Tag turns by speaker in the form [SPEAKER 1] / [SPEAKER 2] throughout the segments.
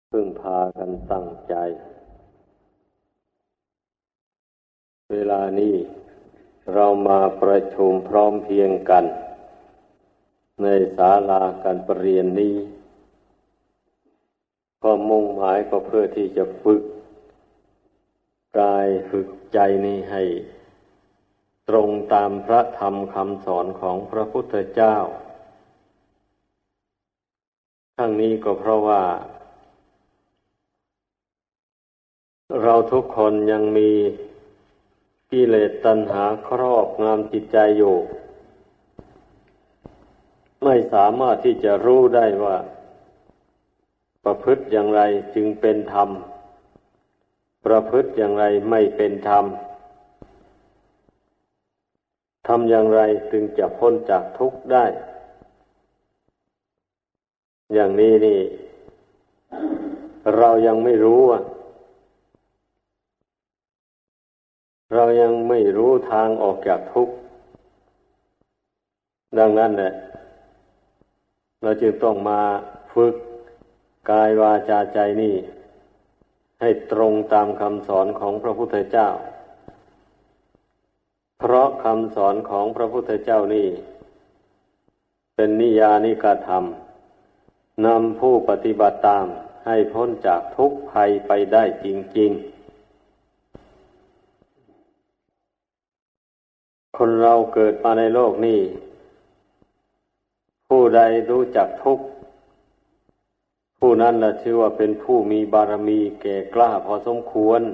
[SPEAKER 1] พึ่งพากันตั้งใจเวลานี้เรามาประชุมพร้อมเพรียงกันในศาลาการประเรียนนี้ก็มุ่งหมายก็เพื่อที่จะฝึกกายฝึกใจนี้ให้ตรงตามพระธรรมคำสอนของพระพุทธเจ้าทั้งนี้ก็เพราะว่าเราทุกคนยังมีกิเลสตัณหาครอบงำจิตใจอยู่ไม่สามารถที่จะรู้ได้ว่าประพฤติอย่างไรจึงเป็นธรรมประพฤติอย่างไรไม่เป็นธรรมทำอย่างไรจึงจะพ้นจากทุกข์ได้อย่างนี้นี่เรายังไม่รู้เรายังไม่รู้ทางออกจากทุกข์ดังนั้นแหละเราจึงต้องมาฝึกกายวาจาใจนี่ให้ตรงตามคำสอนของพระพุทธเจ้าเพราะคำสอนของพระพุทธเจ้านี่เป็นนิยานิกธรรมนำผู้ปฏิบัติตามให้พ้นจากทุกข์ภัยไปได้จริงๆคนเราเกิดมาในโลกนี้ผู้ใดรู้จักทุกข์ผู้นั้นล่ะชื่อว่าเป็นผู้มีบารมีแก่กล้าพอสมควร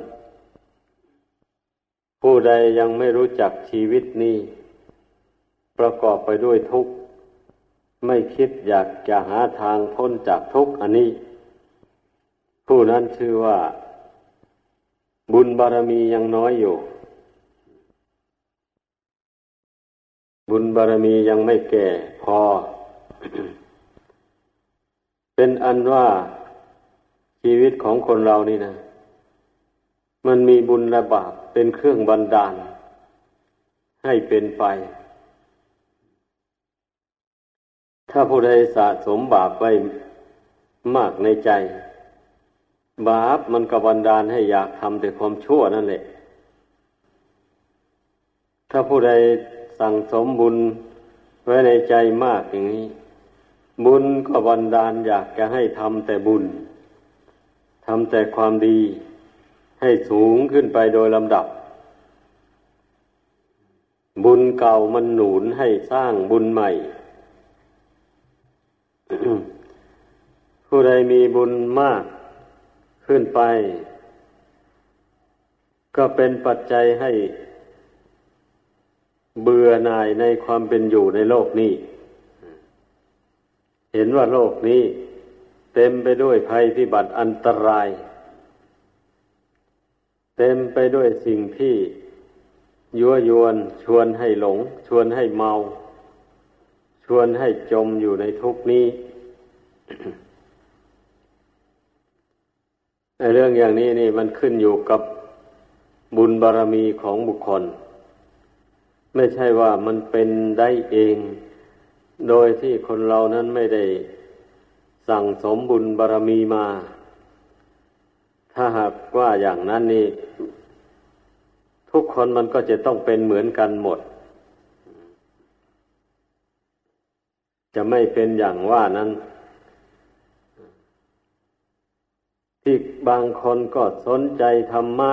[SPEAKER 1] ผู้ใดยังไม่รู้จักชีวิตนี้ประกอบไปด้วยทุกข์ไม่คิดอยากจะหาทางพ้นจากทุกข์อันนี้ผู้นั้นชื่อว่าบุญบารมียังน้อยอยู่บุญบารมียังไม่แก่พอ เป็นอันว่าชีวิตของคนเรานี่นะมันมีบุญและบาปเป็นเครื่องบันดาลให้เป็นไปถ้าผู้ใดสะสมบาปไว้มากในใจบาปมันก็บันดาลให้อยากทำแต่ความชั่วนั่นแหละถ้าผู้ใดสั่งสมบุญไว้ในใจมากอย่างนี้บุญก็บันดาลอยากจะให้ทำแต่บุญทำแต่ความดีให้สูงขึ้นไปโดยลำดับบุญเก่ามันหนุนให้สร้างบุญใหม่ ผู้ใดมีบุญมากขึ้นไปก็เป็นปัจจัยให้เบื่อหน่ายในความเป็นอยู่ในโลกนี้เห็นว่าโลกนี้เต็มไปด้วยภัยพิบัติอันตรายเต็มไปด้วยสิ่งที่ยั่วยวนชวนให้หลงชวนให้เมาชวนให้จมอยู่ในทุกข์นี้ ในเรื่องอย่างนี้นี่มันขึ้นอยู่กับบุญบารมีของบุคคลไม่ใช่ว่ามันเป็นได้เองโดยที่คนเรานั้นไม่ได้สั่งสมบุญบารมีมาถ้าหากว่าอย่างนั้นนี่ทุกคนมันก็จะต้องเป็นเหมือนกันหมดจะไม่เป็นอย่างว่านั้นที่บางคนก็สนใจธรรมะ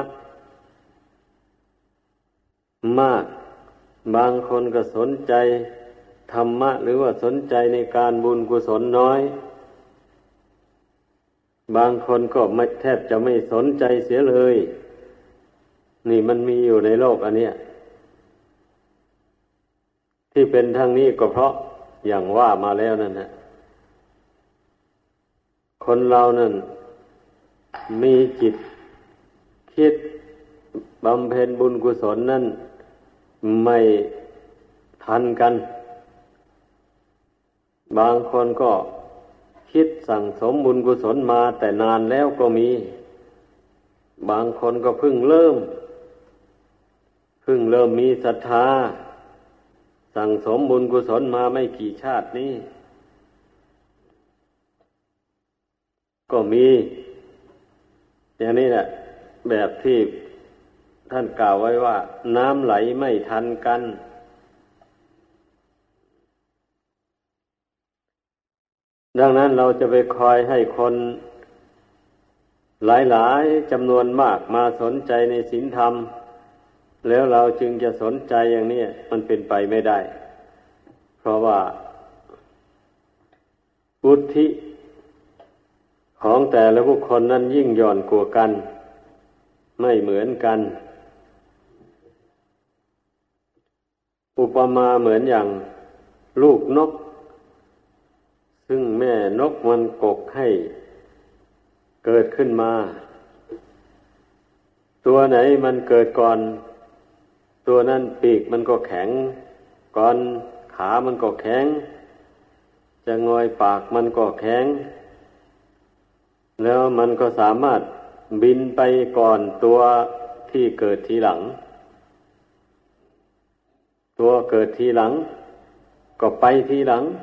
[SPEAKER 1] มากบางคนก็สนใจธรรมะหรือว่าสนใจในการบุญกุศลน้อยบางคนก็ไม่แทบจะไม่สนใจเสียเลยนี่มันมีอยู่ในโลกอันเนี้ยที่เป็นทางนี้ก็เพราะอย่างว่ามาแล้วนั่นนะคนเรานั่นมีจิตคิดบำเพ็ญบุญกุศลนั่นไม่ทันกันบางคนก็คิดสั่งสมบุญกุศลมาแต่นานแล้วก็มีบางคนก็เพิ่งเริ่มมีศรัทธาสั่งสมบุญกุศลมาไม่กี่ชาตินี้ก็มีอย่างนี้แหละแบบที่ท่านกล่าวไว้ว่าน้ำไหลไม่ทันกันดังนั้นเราจะไปคอยให้คนหลายๆจำนวนมากมาสนใจในศีลธรรมแล้วเราจึงจะสนใจอย่างนี้มันเป็นไปไม่ได้เพราะว่าวุฒิของแต่ละบุคคลนั้นยิ่งหย่อนกว่ากันไม่เหมือนกันอุปมาเหมือนอย่างลูกนกซึ่งแม่นกมันกกให้เกิดขึ้นมาตัวไหนมันเกิดก่อนตัวนั้นปีกมันก็แข็งก่อนขามันก็แข็งจะงอยปากมันก็แข็งแล้วมันก็สามารถบินไปก่อนตัวที่เกิดทีหลังตัวเกิดทีหลังก็ไปทีหลัง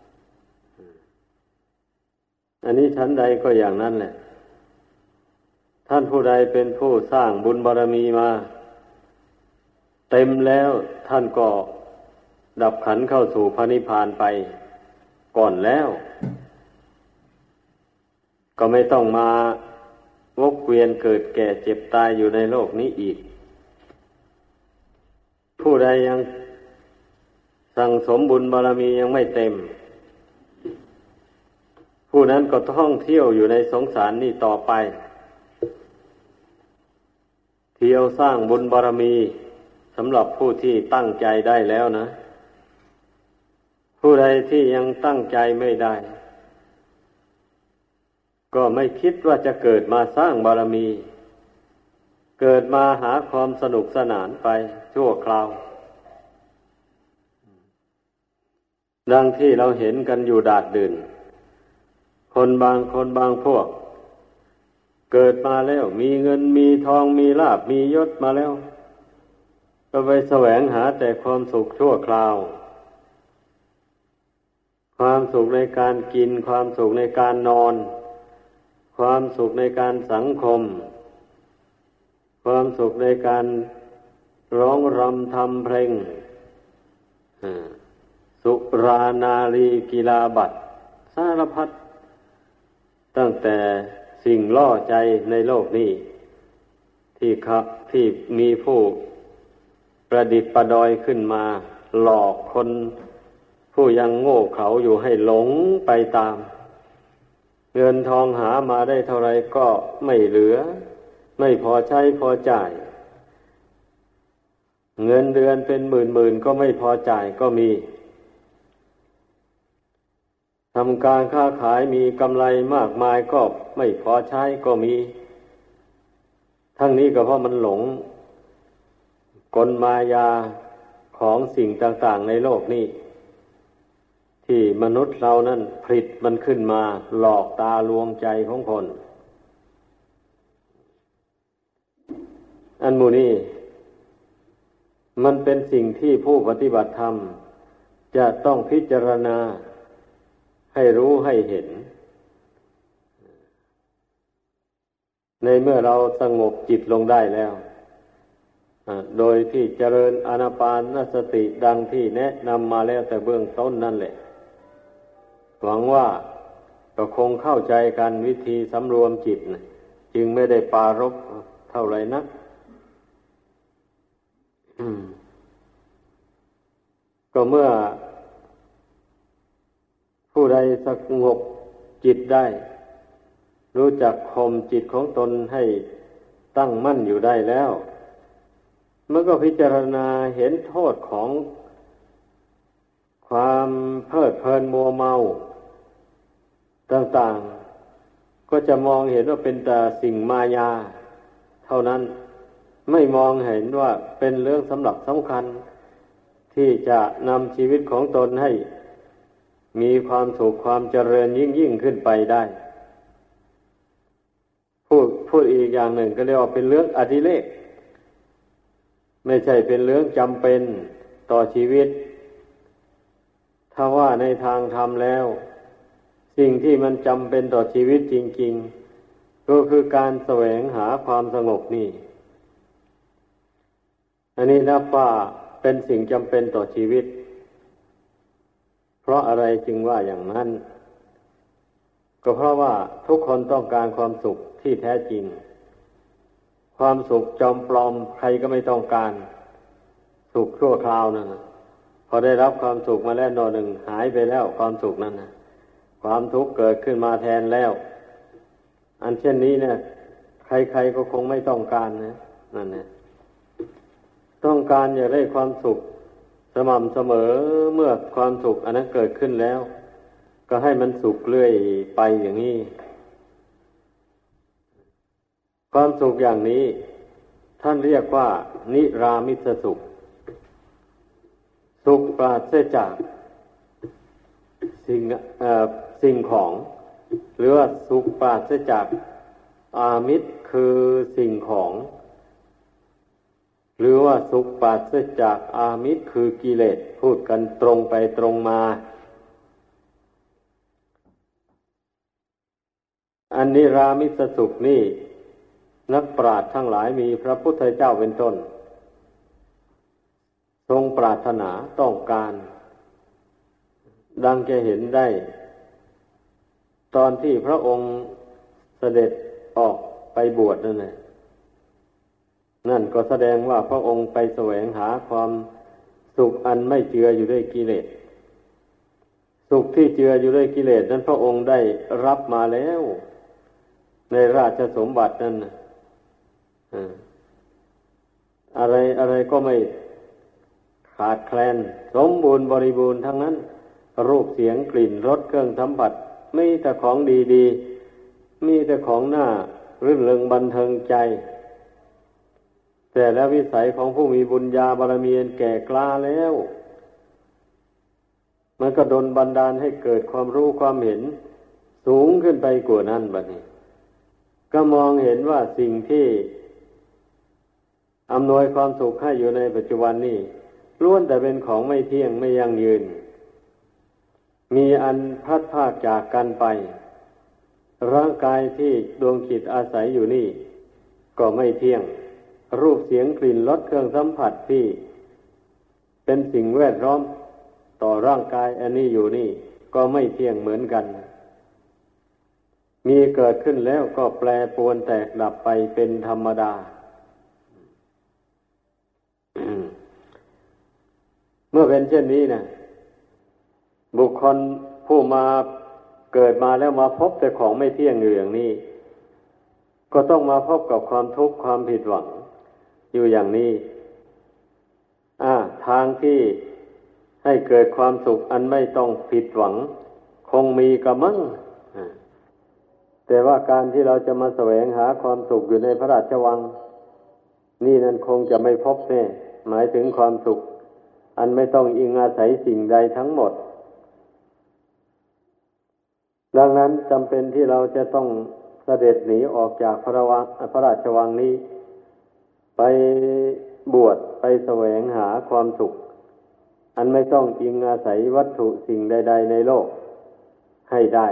[SPEAKER 1] อันนี้ชั้นใดก็อย่างนั้นแหละท่านผู้ใดเป็นผู้สร้างบุญบารมีมาเต็มแล้วท่านก็ดับขันธ์เข้าสู่พระนิพพานไปก่อนแล้วก็ไม่ต้องมาวกเวียนเกิดแก่เจ็บตายอยู่ในโลกนี้อีกผู้ใดยังสั่งสมบุญบารมียังไม่เต็มผู้นั้นก็ท่องเที่ยวอยู่ในสงสารนี้ต่อไปเที่ยวสร้างบุญบารมีสำหรับผู้ที่ตั้งใจได้แล้วนะผู้ใดที่ยังตั้งใจไม่ได้ก็ไม่คิดว่าจะเกิดมาสร้างบารมีเกิดมาหาความสนุกสนานไปชั่วคราวดังที่เราเห็นกันอยู่ดาดดื่นคนบางพวกเกิดมาแล้วมีเงินมีทองมีลาภมียศมาแล้วก็ไปแสวงหาแต่ความสุขชั่วคราวความสุขในการกินความสุขในการนอนความสุขในการสังคมความสุขในการร้องรำทำเพลงสุรานารีกีฬาบัตรสารพัดตั้งแต่สิ่งล่อใจในโลกนี้ที่มีผู้ประดิษฐ์ประดอยขึ้นมาหลอกคนผู้ยังโง่เขลาอยู่ให้หลงไปตามเงินทองหามาได้เท่าไรก็ไม่เหลือไม่พอใช้พอจ่ายเงินเดือนเป็นหมื่นก็ไม่พอจ่ายก็มีทำการค้าขายมีกำไรมากมายก็ไม่พอใช้ก็มีทั้งนี้ก็เพราะมันหลงกลมายาของสิ่งต่างๆในโลกนี้ที่มนุษย์เรานั้นผลิตมันขึ้นมาหลอกตาลวงใจของคนอันหมู่นี้มันเป็นสิ่งที่ผู้ปฏิบัติธรรมจะต้องพิจารณาให้รู้ให้เห็นในเมื่อเราสงบจิตลงได้แล้วโดยที่เจริญอานาปานสติดังที่แนะนำมาแล้วแต่เบื้องต้นนั่นแหละหวังว่าก็คงเข้าใจกันวิธีสำรวมจิตจึงไม่ได้ปรารภเท่าไหร่นักก็เมื่อผู้ใดสงบจิตได้รู้จักข่มจิตของตนให้ตั้งมั่นอยู่ได้แล้วมันก็พิจารณาเห็นโทษของความเพลิดเพลินมัวเมาต่างๆก็จะมองเห็นว่าเป็นแต่สิ่งมายาเท่านั้นไม่มองเห็นว่าเป็นเรื่องสำคัญที่จะนำชีวิตของตนให้มีความสุขความเจริญยิ่งขึ้นไปได้พูดอีกอย่างหนึ่งก็เรียกว่าเป็นเรื่องอดิเรกไม่ใช่เป็นเรื่องจำเป็นต่อชีวิตถ้าว่าในทางธรรมแล้วสิ่งที่มันจำเป็นต่อชีวิตจริงๆก็คือการแสวงหาความสงบนี่อันนี้นับว่าเป็นสิ่งจำเป็นต่อชีวิตเพราะอะไรจึงว่าอย่างนั้นก็เพราะว่าทุกคนต้องการความสุขที่แท้จริงความสุขจอมปลอมใครก็ไม่ต้องการสุขชั่วคราวนั่นนะพอได้รับความสุขมาแล้วหน่อหนึ่งหายไปแล้วความสุขนั้นนะความทุกข์เกิดขึ้นมาแทนแล้วอันเช่นนี้เนี่ยใครๆก็คงไม่ต้องการนะนั่นนะต้องการอยากได้ความสุขสม่ำเสมอเมื่อความสุขอันนั้นเกิดขึ้นแล้วก็ให้มันสุขเรื่อยไปอย่างนี้ความสุขอย่างนี้ท่านเรียกว่านิรามิตสุขสุขปราศจากสิ่งของหรือว่าสุขปราศจากอามิตรคือสิ่งของหรือว่าสุขปราศจากอามิตรคือกิเลสพูดกันตรงไปตรงมาอันนิรามิตสุขนี่นักปราชญ์ทั้งหลายมีพระพุทธเจ้าเป็นต้นทรงปรารถนาต้องการดังจะเห็นได้ตอนที่พระองค์เสด็จออกไปบวชนั่นแหละนั่นก็แสดงว่าพระองค์ไปแสวงหาความสุขอันไม่เจืออยู่ด้วยกิเลสสุขที่เจืออยู่ด้วยกิเลสนั้นพระองค์ได้รับมาแล้วในราชสมบัตินั่นอะไรก็ไม่ขาดแคลนสมบูรณ์บริบูรณ์ทั้งนั้นรูปเสียงกลิ่นรสเครื่องสัมผัสมีแต่ของดีๆมีแต่ของน่ารื่นเริงบันเทิงใจแต่แล้ววิสัยของผู้มีบุญญาบารมีแก่กล้าแล้วมันก็ดลบันดาลให้เกิดความรู้ความเห็นสูงขึ้นไปกว่านั้นบัดนี้ก็มองเห็นว่าสิ่งที่อำนวยความสุขให้อยู่ในปัจจุบันนี้ล้วนแต่เป็นของไม่เที่ยงไม่ยั่งยืนมีอันพัดพรากจากกันไปร่างกายที่ดวงจิตอาศัยอยู่นี่ก็ไม่เที่ยงรูปเสียงกลิ่นรสเครื่องสัมผัสที่เป็นสิ่งแวดล้อมต่อร่างกายอันนี้อยู่นี่ก็ไม่เที่ยงเหมือนกันมีเกิดขึ้นแล้วก็แปรปรวนแตกดับไปเป็นธรรมดา เมื่อเป็นเช่นนี้นะบุคคลผู้มาเกิดมาแล้วมาพบแต่ของไม่เที่ยงอยู่อย่างนี้ก็ต้องมาพบกับความทุกข์ความผิดหวังอยู่อย่างนี้ทางที่ให้เกิดความสุขอันไม่ต้องผิดหวังคงมีกระมังแต่ว่าการที่เราจะมาแสวงหาความสุขอยู่ในพระราชวังนี่นั่นคงจะไม่พบแน่หมายถึงความสุขอันไม่ต้องอิงอาศัยสิ่งใดทั้งหมดดังนั้นจำเป็นที่เราจะต้องเสด็จหนีออกจากพระราชวังนี้ไปบวชไปแสวงหาความสุขอันไม่ต้องอิงอาศัยวัตถุสิ่งใดๆในโลกให้ได้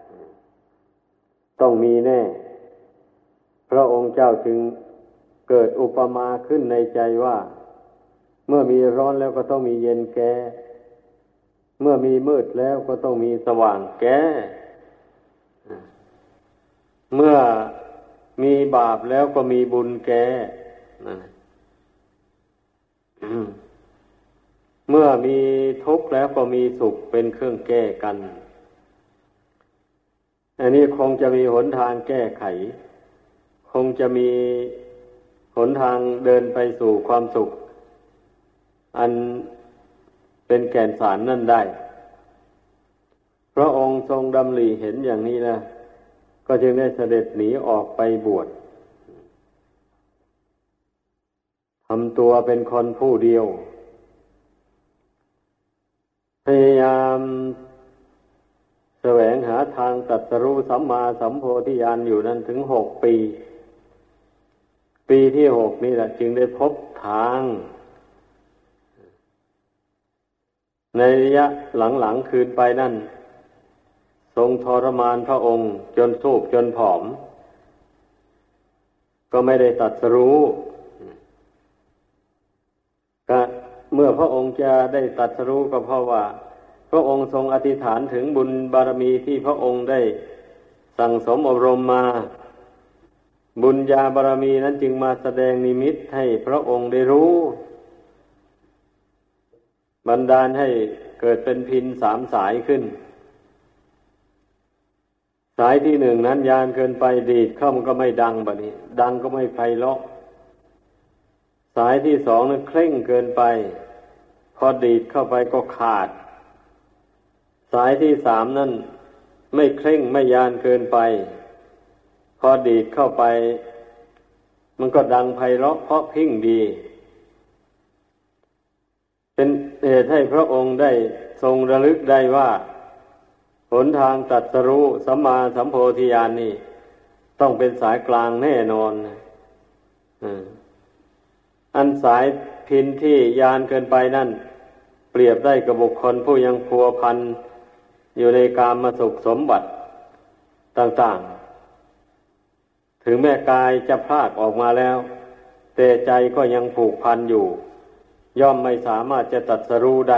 [SPEAKER 1] ต้องมีแน่พระองค์เจ้าจึงเกิดอุปมาขึ้นในใจว่าเมื่อมีร้อนแล้วก็ต้องมีเย็นแก้เมื่อมีมืดแล้วก็ต้องมีสว่างแก้เมื่อมีบาปแล้วก็มีบุญแก้เมื่อมีทุกข์แล้วก็มีสุขเป็นเครื่องแก้กันอันนี้คงจะมีหนทางแก้ไขคงจะมีหนทางเดินไปสู่ความสุขอันเป็นแก่นสารนั่นได้พระองค์ทรงดำริเห็นอย่างนี้นะก็จึงได้เสด็จหนีออกไปบวชทำตัวเป็นคนผู้เดียวพยายามแสวงหาทางตรัสรู้สัมมาสัมโพธิญาณอยู่นั้นถึง6 ปีปีที่6นี่แหละจึงได้พบทางในระยะหลังๆคืนไปนั่นทรงทรมานพระองค์จนทรุบจนผอมก็ไม่ได้ตรัสรู้ก็เมื่อพระองค์จะได้ตรัสรู้ก็เพราะว่าพระองค์ทรงอธิษฐานถึงบุญบารมีที่พระองค์ได้สั่งสมอบรมมาบุญญาบารมีนั้นจึงมาแสดงนิมิตให้พระองค์ได้รู้บันดาลให้เกิดเป็นพิน3 สายขึ้นสายที่ 1นั้นยานเกินไปดีดเข้ามันก็ไม่ดังบัดนี้ดังก็ไม่ไพเราะสายที่ 2นั้นเคร่งเกินไปพอดีดเข้าไปก็ขาดสายที่ 3นั้นไม่เคร่งไม่ยานเกินไปพอดีดเข้าไปมันก็ดังไพเราะเพราะพริ้งดีเป็นเหตุให้พระองค์ได้ทรงระลึกได้ว่าหนทางตรัสรู้สัมมาสัมโพธิญาณนี่ต้องเป็นสายกลางแน่นอนอันสายพินที่ยานเกินไปนั่นเปรียบได้กับบุคคลผู้ยังพัวพันอยู่ในกามสุขสมบัติต่างๆถึงแม้กายจะพลากออกมาแล้วแต่ใจก็ยังผูกพันอยู่ย่อมไม่สามารถจะตรัสรู้ได้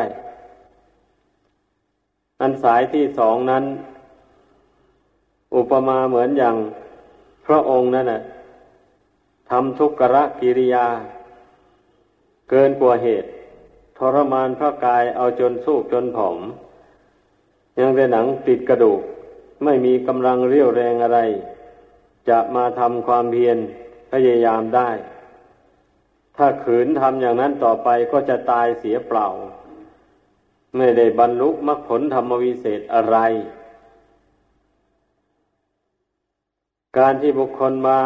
[SPEAKER 1] อันสายที่ 2นั้นอุปมาเหมือนอย่างพระองค์นั่นน่ะทำทุกขกิริยาเกินกว่าเหตุทรมานพระกายเอาจนสู้จนผอมยังแต่หนังติดกระดูกไม่มีกำลังเรี่ยวแรงอะไรจะมาทำความเพียรพยายามได้ถ้าขืนทำอย่างนั้นต่อไปก็จะตายเสียเปล่าไม่ได้บรรลุมรรคผลธรรมวิเศษอะไรการที่บุคคลมา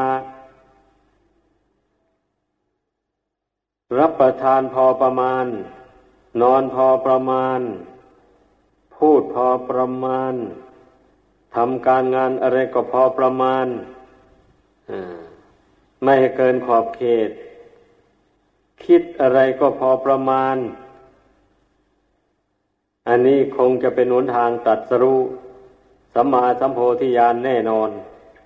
[SPEAKER 1] รับประทานพอประมาณนอนพอประมาณพูดพอประมาณทำการงานอะไรก็พอประมาณไม่ให้เกินขอบเขตคิดอะไรก็พอประมาณอันนี้คงจะเป็นหนทางตรัสรู้สัมมาสัมโพธิญาณแน่นอน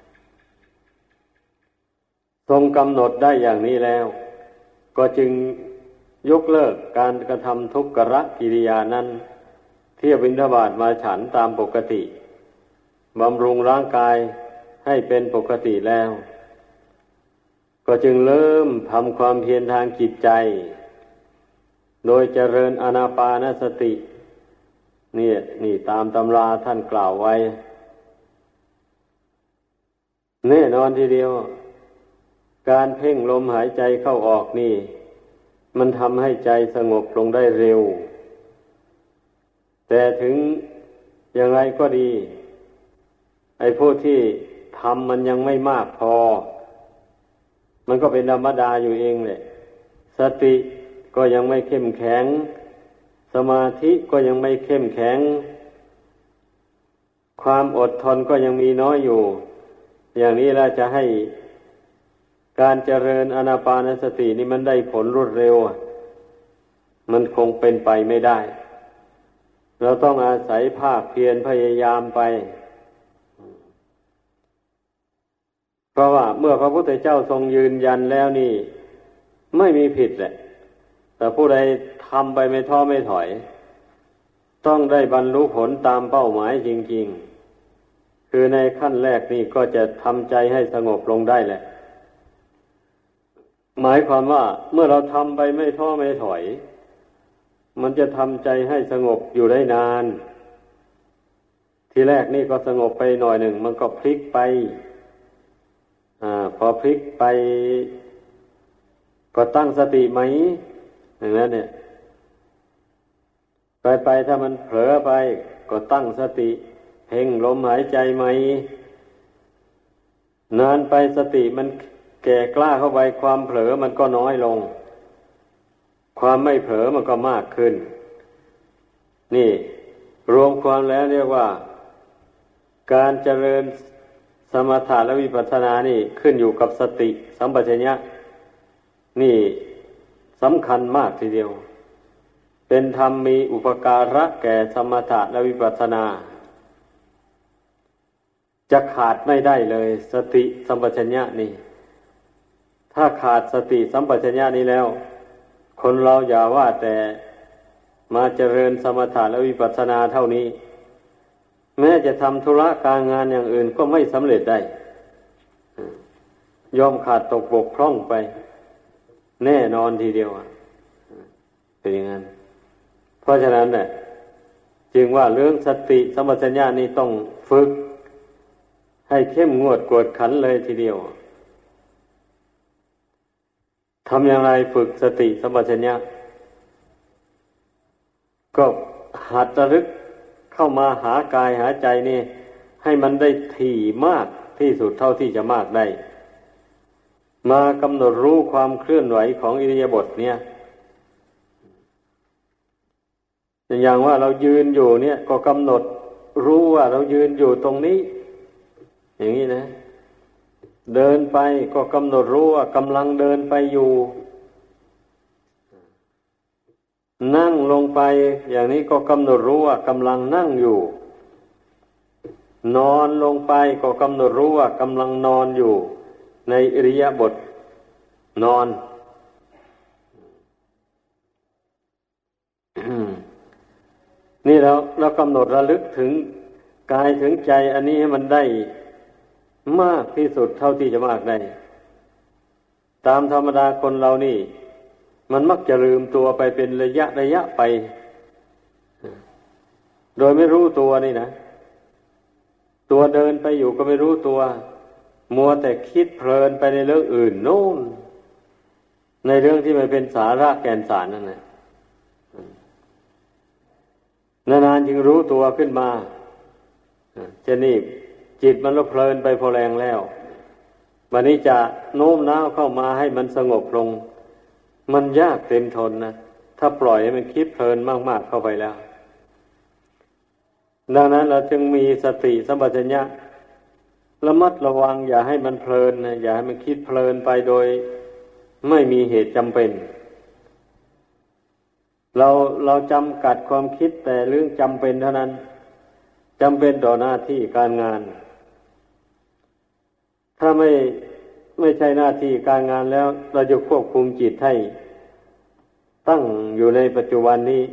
[SPEAKER 1] ทรงกำหนดได้อย่างนี้แล้วก็จึงยกเลิกการกระทำทุกขกิริยานั้นเที่ยวบิณฑบาตมาฉันตามปกติบำรุงร่างกายให้เป็นปกติแล้วก็จึงเริ่มทำความเพียรทางจิตใจโดยเจริญอานาปานสตินี่ตามตำราท่านกล่าวไว้แน่นอนทีเดียวการเพ่งลมหายใจเข้าออกนี่มันทำให้ใจสงบลงได้เร็วแต่ถึงอย่างไรก็ดีไอ้ผู้ที่ทำมันยังไม่มากพอมันก็เป็นธรรมดาอยู่เองแหละสติก็ยังไม่เข้มแข็งสมาธิก็ยังไม่เข้มแข็งความอดทนก็ยังมีน้อยอยู่อย่างนี้เราจะให้การเจริญอานาปานสตินี่มันได้ผลรวดเร็วมันคงเป็นไปไม่ได้เราต้องอาศัยภาคเพียรพยายามไปเพราะว่าเมื่อพระพุทธเจ้าทรงยืนยันแล้วนี่ไม่มีผิดแหละแต่ผู้ใดทำไปไม่ท้อไม่ถอยต้องได้บรรลุผลตามเป้าหมายจริงๆคือในขั้นแรกนี่ก็จะทำใจให้สงบลงได้แหละหมายความว่าเมื่อเราทำไปไม่ท้อไม่ถอยมันจะทำใจให้สงบอยู่ได้นานทีแรกนี่ก็สงบไปหน่อยหนึ่งมันก็พลิกไปพอพลิกไปก็ตั้งสติไหมอย่างนั้นเนี่ยไปถ้ามันเผลอไปก็ตั้งสติเพ่งลมหายใจไหมนานไปสติมันแก่กล้าเข้าไปความเผลอมันก็น้อยลงความไม่เผลอมันก็มากขึ้นนี่รวมความแล้วเรียกว่าการเจริญสมถะและวิปัสสนานี่ขึ้นอยู่กับสติสัมปชัญญะนี่สำคัญมากทีเดียวเป็นธรรมมีอุปการะแก่สมถะและวิปัสสนาจะขาดไม่ได้เลยสติสัมปชัญญะนี่ถ้าขาดสติสัมปชัญญะนี้แล้วคนเราอย่าว่าแต่มาเจริญสมถะและวิปัสสนาเท่านี้แม้จะทำธุระการงานอย่างอื่นก็ไม่สำเร็จได้ย่อมขาดตกบกพร่องไปแน่นอนทีเดียวเป็นอย่างนั้นเพราะฉะนั้นเนี่ยจึงว่าเรื่องสติสัมปชัญญะนี่ต้องฝึกให้เข้มงวดกวดขันเลยทีเดียวทำอย่างไรฝึกสติสัมปชัญญะก็หัดระลึกเข้ามาหากายหาใจนี่ให้มันได้ถี่มากที่สุดเท่าที่จะมากได้มากำหนดรู้ความเคลื่อนไหวของอิริยาบถเนี่ยอย่างว่าเรายืนอยู่เนี่ยก็กำหนดรู้ว่าเรายืนอยู่ตรงนี้อย่างนี้นะเดินไปก็กำหนดรู้ว่ากำลังเดินไปอยู่นั่งลงไปอย่างนี้ก็กำหนดรู้ว่ากำลังนั่งอยู่นอนลงไปก็กำหนดรู้ว่ากำลังนอนอยู่ในอิริยาบถนอน นี่เรากำหนดระลึกถึงกายถึงใจอันนี้ให้มันได้มากที่สุดเท่าที่จะมากได้ตามธรรมดาคนเรานี่มันมักจะลืมตัวไปเป็นระยะไปโดยไม่รู้ตัวนี่นะตัวเดินไปอยู่ก็ไม่รู้ตัวมัวแต่คิดเพลินไปในเรื่องอื่นโน่นในเรื่องที่มันเป็นสาระแก่นสารนั่นแหละนานๆจึงรู้ตัวขึ้นมาจะนี่จิตมันก็เพลินไปพอแรงแล้ววันนี้จะโน้มน้าวเข้ามาให้มันสงบลงมันยากเต็มทนนะถ้าปล่อยให้มันคิดเพลินมากๆเข้าไปแล้วดังนั้นเราจึงมีสติสัมปชัญญะระมัดระวังอย่าให้มันเพลินนะอย่าให้มันคิดเพลินไปโดยไม่มีเหตุจำเป็นเราจำกัดความคิดแต่เรื่องจำเป็นเท่านั้นจำเป็นต่อหน้าที่การงานถ้าไม่ใช่หน้าที่การงานแล้วเราจะควบคุมจิตให้ตั้งอยู่ในปัจจุบันนี้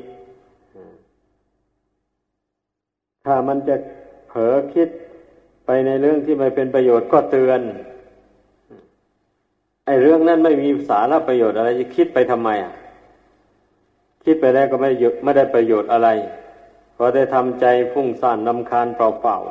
[SPEAKER 1] ถ้ามันจะเผลอคิดไปในเรื่องที่ไม่เป็นประโยชน์ก็เตือนไอ้เรื่องนั้นไม่มีสาระประโยชน์อะไรจะคิดไปทำไมคิดไปแล้วก็ไม่ได้ประโยชน์อะไรพอได้ทำใจฟุ้งซ่านรำคาญเปล่า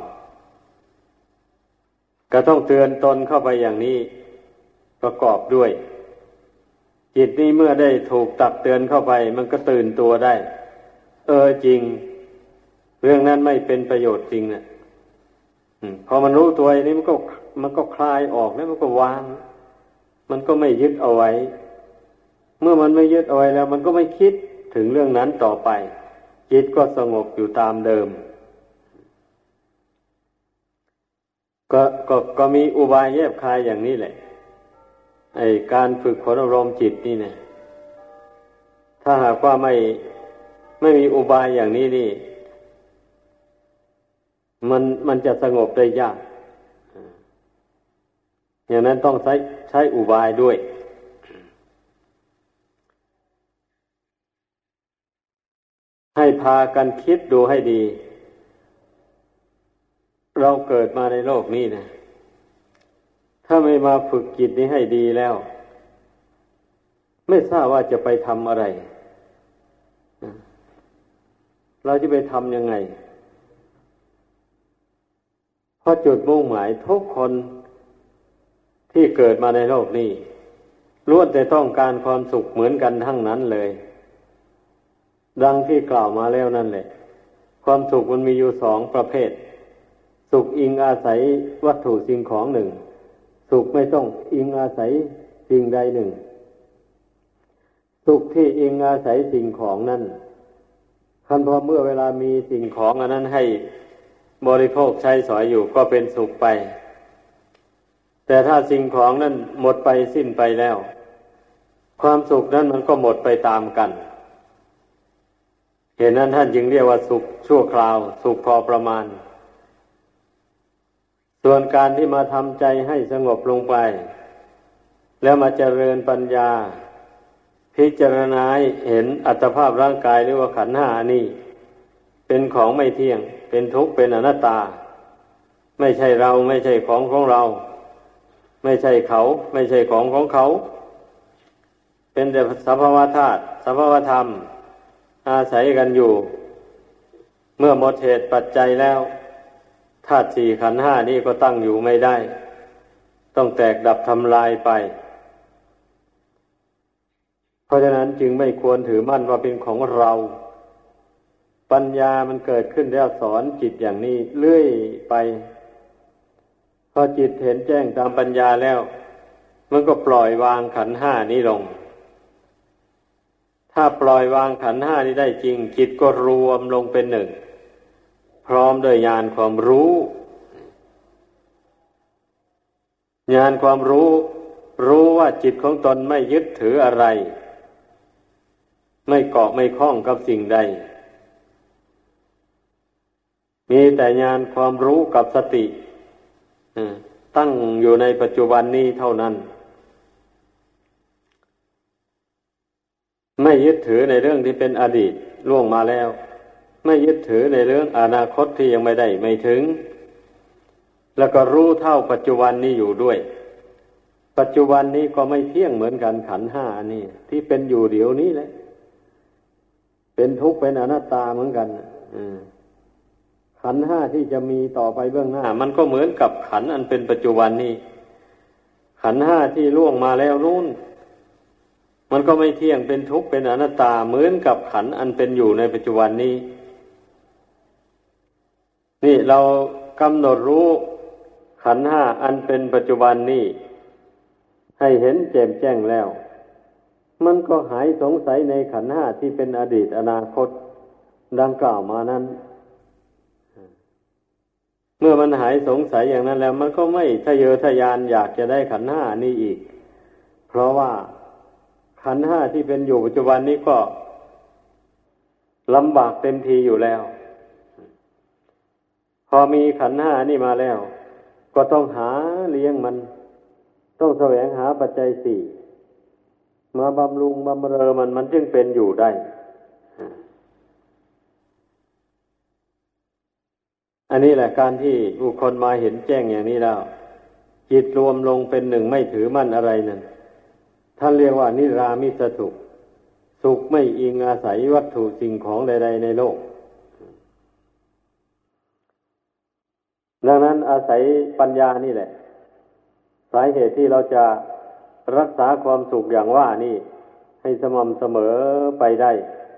[SPEAKER 1] ๆก็ต้องเตือนตนเข้าไปอย่างนี้ประกอบด้วยจิตนี้เมื่อได้ถูกตักเตือนเข้าไปมันก็ตื่นตัวได้จริงเรื่องนั้นไม่เป็นประโยชน์จริงนะพอมันรู้ตัวอย่างนี้มันก็คลายออกแล้วมันก็วางมันก็ไม่ยึดเอาไว้เมื่อมันไม่ยึดเอาไว้แล้วมันก็ไม่คิดถึงเรื่องนั้นต่อไปจิตก็สงบอยู่ตามเดิมก็มีอุบายแยบคายอย่างนี้แหละไอ้การฝึกฝนอบรมจิตนี่นะถ้าหากว่าไม่มีอุบายอย่างนี้นี่มันจะสงบได้ยากอย่างนั้นต้องใช้อุบายด้วยให้พากันคิดดูให้ดีเราเกิดมาในโลกนี้นะถ้าไม่มาฝึกจิตนี้ให้ดีแล้วไม่ทราบว่าจะไปทำอะไรเราจะไปทำยังไงเพราะจุดมุ่งหมายทุกคนที่เกิดมาในโลกนี้ล้วนแต่ต้องการความสุขเหมือนกันทั้งนั้นเลยดังที่กล่าวมาแล้วนั่นแหละความสุขมันมีอยู่สองประเภทสุขอิงอาศัยวัตถุสิ่งของหนึ่งสุขไม่ต้องอิงอาศัยสิ่งใดหนึ่งสุขที่อิงอาศัยสิ่งของนั้นคันพอเมื่อเวลามีสิ่งของอันนั้นให้บริโภคใช้สอยอยู่ก็เป็นสุขไปแต่ถ้าสิ่งของนั้นหมดไปสิ้นไปแล้วความสุขนั้นมันก็หมดไปตามกันเหตุนั้นท่านจึงเรียกว่าสุขชั่วคราวสุขพอประมาณส่วนการที่มาทำใจให้สงบลงไปแล้วมาเจริญปัญญาพิจารณาเห็นอัตภาพร่างกายหรือว่าขันธ์ห้านี่เป็นของไม่เที่ยงเป็นทุกข์เป็นอนัตตาไม่ใช่เราไม่ใช่ของเราไม่ใช่เขาไม่ใช่ของเขาเป็นแต่สภาวะธาตุสภาวะธรรมอาศัยกันอยู่เมื่อหมดเหตุปัจจัยแล้วธาตุสี่ขันธ์ห้านี้ก็ตั้งอยู่ไม่ได้ต้องแตกดับทำลายไปเพราะฉะนั้นจึงไม่ควรถือมั่นว่าเป็นของเราปัญญามันเกิดขึ้นแล้วสอนจิตอย่างนี้เรื่อยไปพอจิตเห็นแจ้งตามปัญญาแล้วมันก็ปล่อยวางขันธ์ห้านี้ลงถ้าปล่อยวางขันธ์ห้านี้ได้จริงจิตก็รวมลงเป็นหนึ่งพร้อมด้วยญาณความรู้ญาณความรู้ว่าจิตของตนไม่ยึดถืออะไรไม่เกาะไม่คล้องกับสิ่งใดมีแต่ญาณความรู้กับสติตั้งอยู่ในปัจจุบันนี้เท่านั้นไม่ยึดถือในเรื่องที่เป็นอดีตล่วงมาแล้วไม่ยึดถือในเรื่องอนาคตที่ยังไม่ได้ไม่ถึงแล้วก็รู้เท่าปัจจุบันนี้อยู่ด้วยปัจจุบันนี้ก็ไม่เที่ยงเหมือนกันขันธ์ห้าอันนี้ที่เป็นอยู่เดี๋ยวนี้แหละเป็นทุกข์เป็นอนัตตาเหมือนกันขันธ์ห้าที่จะมีต่อไปเบื้องหน้ามันก็เหมือนกับขันธ์อันเป็นปัจจุบันนี้ขันธ์ห้าที่ล่วงมาแล้วนู่นมันก็ไม่เที่ยงเป็นทุกข์เป็นอนัตตาเหมือนกับขันธ์อันเป็นอยู่ในปัจจุบันนี้นี่เรากำหนดรู้ขันธ์ห้าอันเป็นปัจจุบันนี้ให้เห็นแจ่มแจ้งแล้วมันก็หายสงสัยในขันธ์ห้าที่เป็นอดีตอนาคตดังกล่าวมานั้นเมื่อมันหายสงสัยอย่างนั้นแล้วมันก็ไม่ทะเยอทะยานอยากจะได้ขันธ์ห้านี้อีกเพราะว่าขันธ์ห้าที่เป็นอยู่ปัจจุบันนี้ก็ลำบากเต็มทีอยู่แล้วพอมีขันธ์ห้านี่มาแล้วก็ต้องหาเลี้ยงมันต้องแสวงหาปัจจัยสี่มาบำรุงบำเรอมันจึงเป็นอยู่ได้อันนี้แหละการที่บุคคลมาเห็นแจ้งอย่างนี้แล้วจิตรวมลงเป็นหนึ่งไม่ถือมั่นอะไรนั่นท่านเรียกว่านิรามิสสุขสุขไม่อิงอาศัยวัตถุสิ่งของใดๆในโลกดังนั้นอาศัยปัญญานี่แหละสาเหตุที่เราจะรักษาความสุขอย่างว่านี่ให้สม่ำเสมอไปได้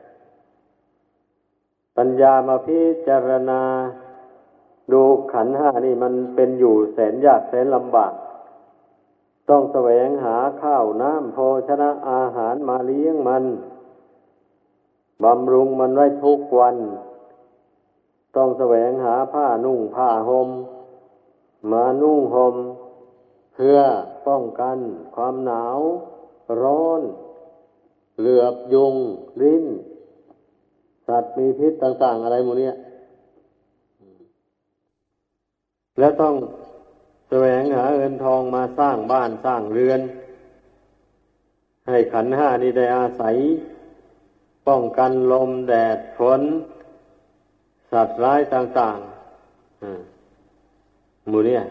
[SPEAKER 1] ปัญญามาพิจารณาดูขันธ์ห้านี่มันเป็นอยู่แสนยากแสนลำบากต้องแสวงหาข้าวน้ำโภชนะอาหารมาเลี้ยงมันบำรุงมันไว้ทุกวันต้องแสวงหาผ้านุ่งผ้าห่มมานุ่งห่มเพื่อป้องกันความหนาวร้อนเหลือบยุงลิ้นสัตว์มีพิษต่างๆอะไรหมดเนี่ยแล้วต้องแสวงหาเงินทองมาสร้างบ้านสร้างเรือนให้ขันธ์ห้านี้ได้อาศัยป้องกันลมแดดฝนสัตว์ร้ายต่างๆหมู่เนี่ย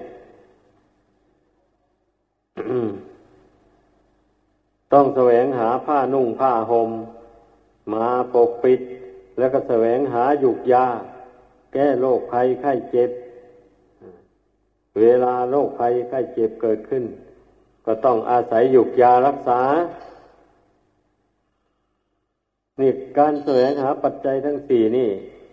[SPEAKER 1] ต้องแสวงหาผ้านุ่งผ้าห่มมาปกปิดแล้วก็แสวงหาหยุกยาแก้โรคภัยไข้เจ็บเวลาโรคภัยไข้เจ็บเกิดขึ้นก็ต้องอาศัยหยุกยารักษานี่การแสวงหาปัจจัยทั้งสี่นี่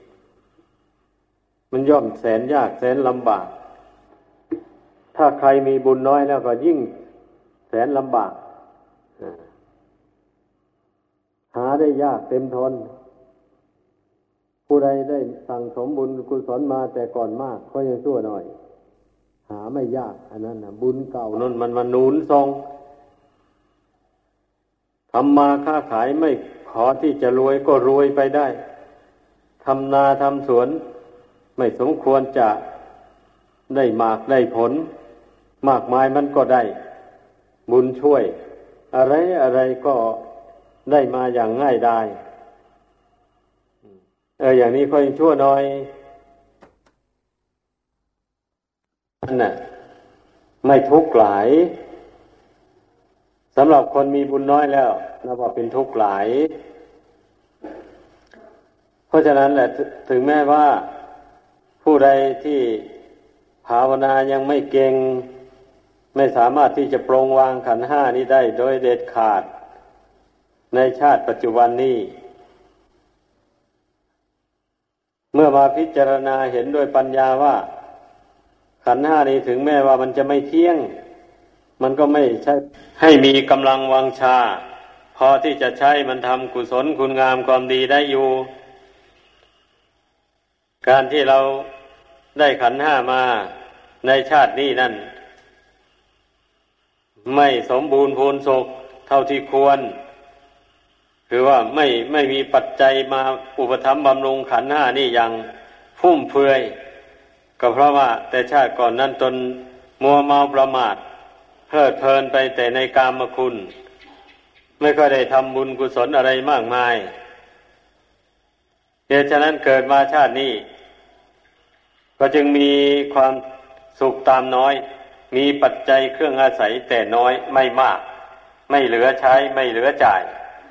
[SPEAKER 1] มันย่อมแสนยากแสนลำบากถ้าใครมีบุญน้อยแล้วก็ยิ่งแสนลำบากหาได้ยากเต็มทนผู้ใดได้สั่งสมบุญกุศลมาแต่ก่อนมากก็ยังชั่วหน่อยหาไม่ยากอันนั้นนะบุญเก่านั่นมันมาหนุนทรงทำมาค้าขายไม่ขอที่จะรวยก็รวยไปได้ทำนาทำสวนไม่สมควรจะได้มากได้ผลมากมายมันก็ได้บุญช่วยอะไรอะไรก็ได้มาอย่างง่ายดายอย่างนี้ค่อยชั่วหน่อยนั่นน่ะไม่ทุกข์หลายสำหรับคนมีบุญน้อยแล้วนับว่าเป็นทุกข์หลายเพราะฉะนั้นแหละถึงแม้ว่าผู้ใดที่ภาวนายังไม่เก่งไม่สามารถที่จะปรงวางขันธ์ห้านี้ได้โดยเด็ดขาดในชาติปัจจุบันนี้เมื่อมาพิจารณาเห็นด้วยปัญญาว่าขันธ์ห้านี้ถึงแม้ว่ามันจะไม่เที่ยงมันก็ไม่ใช่ให้มีกำลังวังชาพอที่จะใช้มันทำกุศลคุณงามความดีได้อยู่การที่เราได้ขันธ์ห้ามาในชาตินี้นั่นไม่สมบูรณ์พูนสุขเท่าที่ควรคือว่าไม่มีปัจจัยมาอุปถัมภ์บำรุงขันธ์ห้านี่อย่างฟุ่มเฟือยก็เพราะว่าแต่ชาติก่อนนั้นตนมัวเมาประมาทเพลิดเพลินไปแต่ในกามคุณไม่ค่อยได้ทำบุญกุศลอะไรมากมายเหตุฉะนั้นเกิดมาชาตินี้ก็จึงมีความสุขตามน้อยมีปัจจัยเครื่องอาศัยแต่น้อยไม่มากไม่เหลือใช้ไม่เหลือจ่าย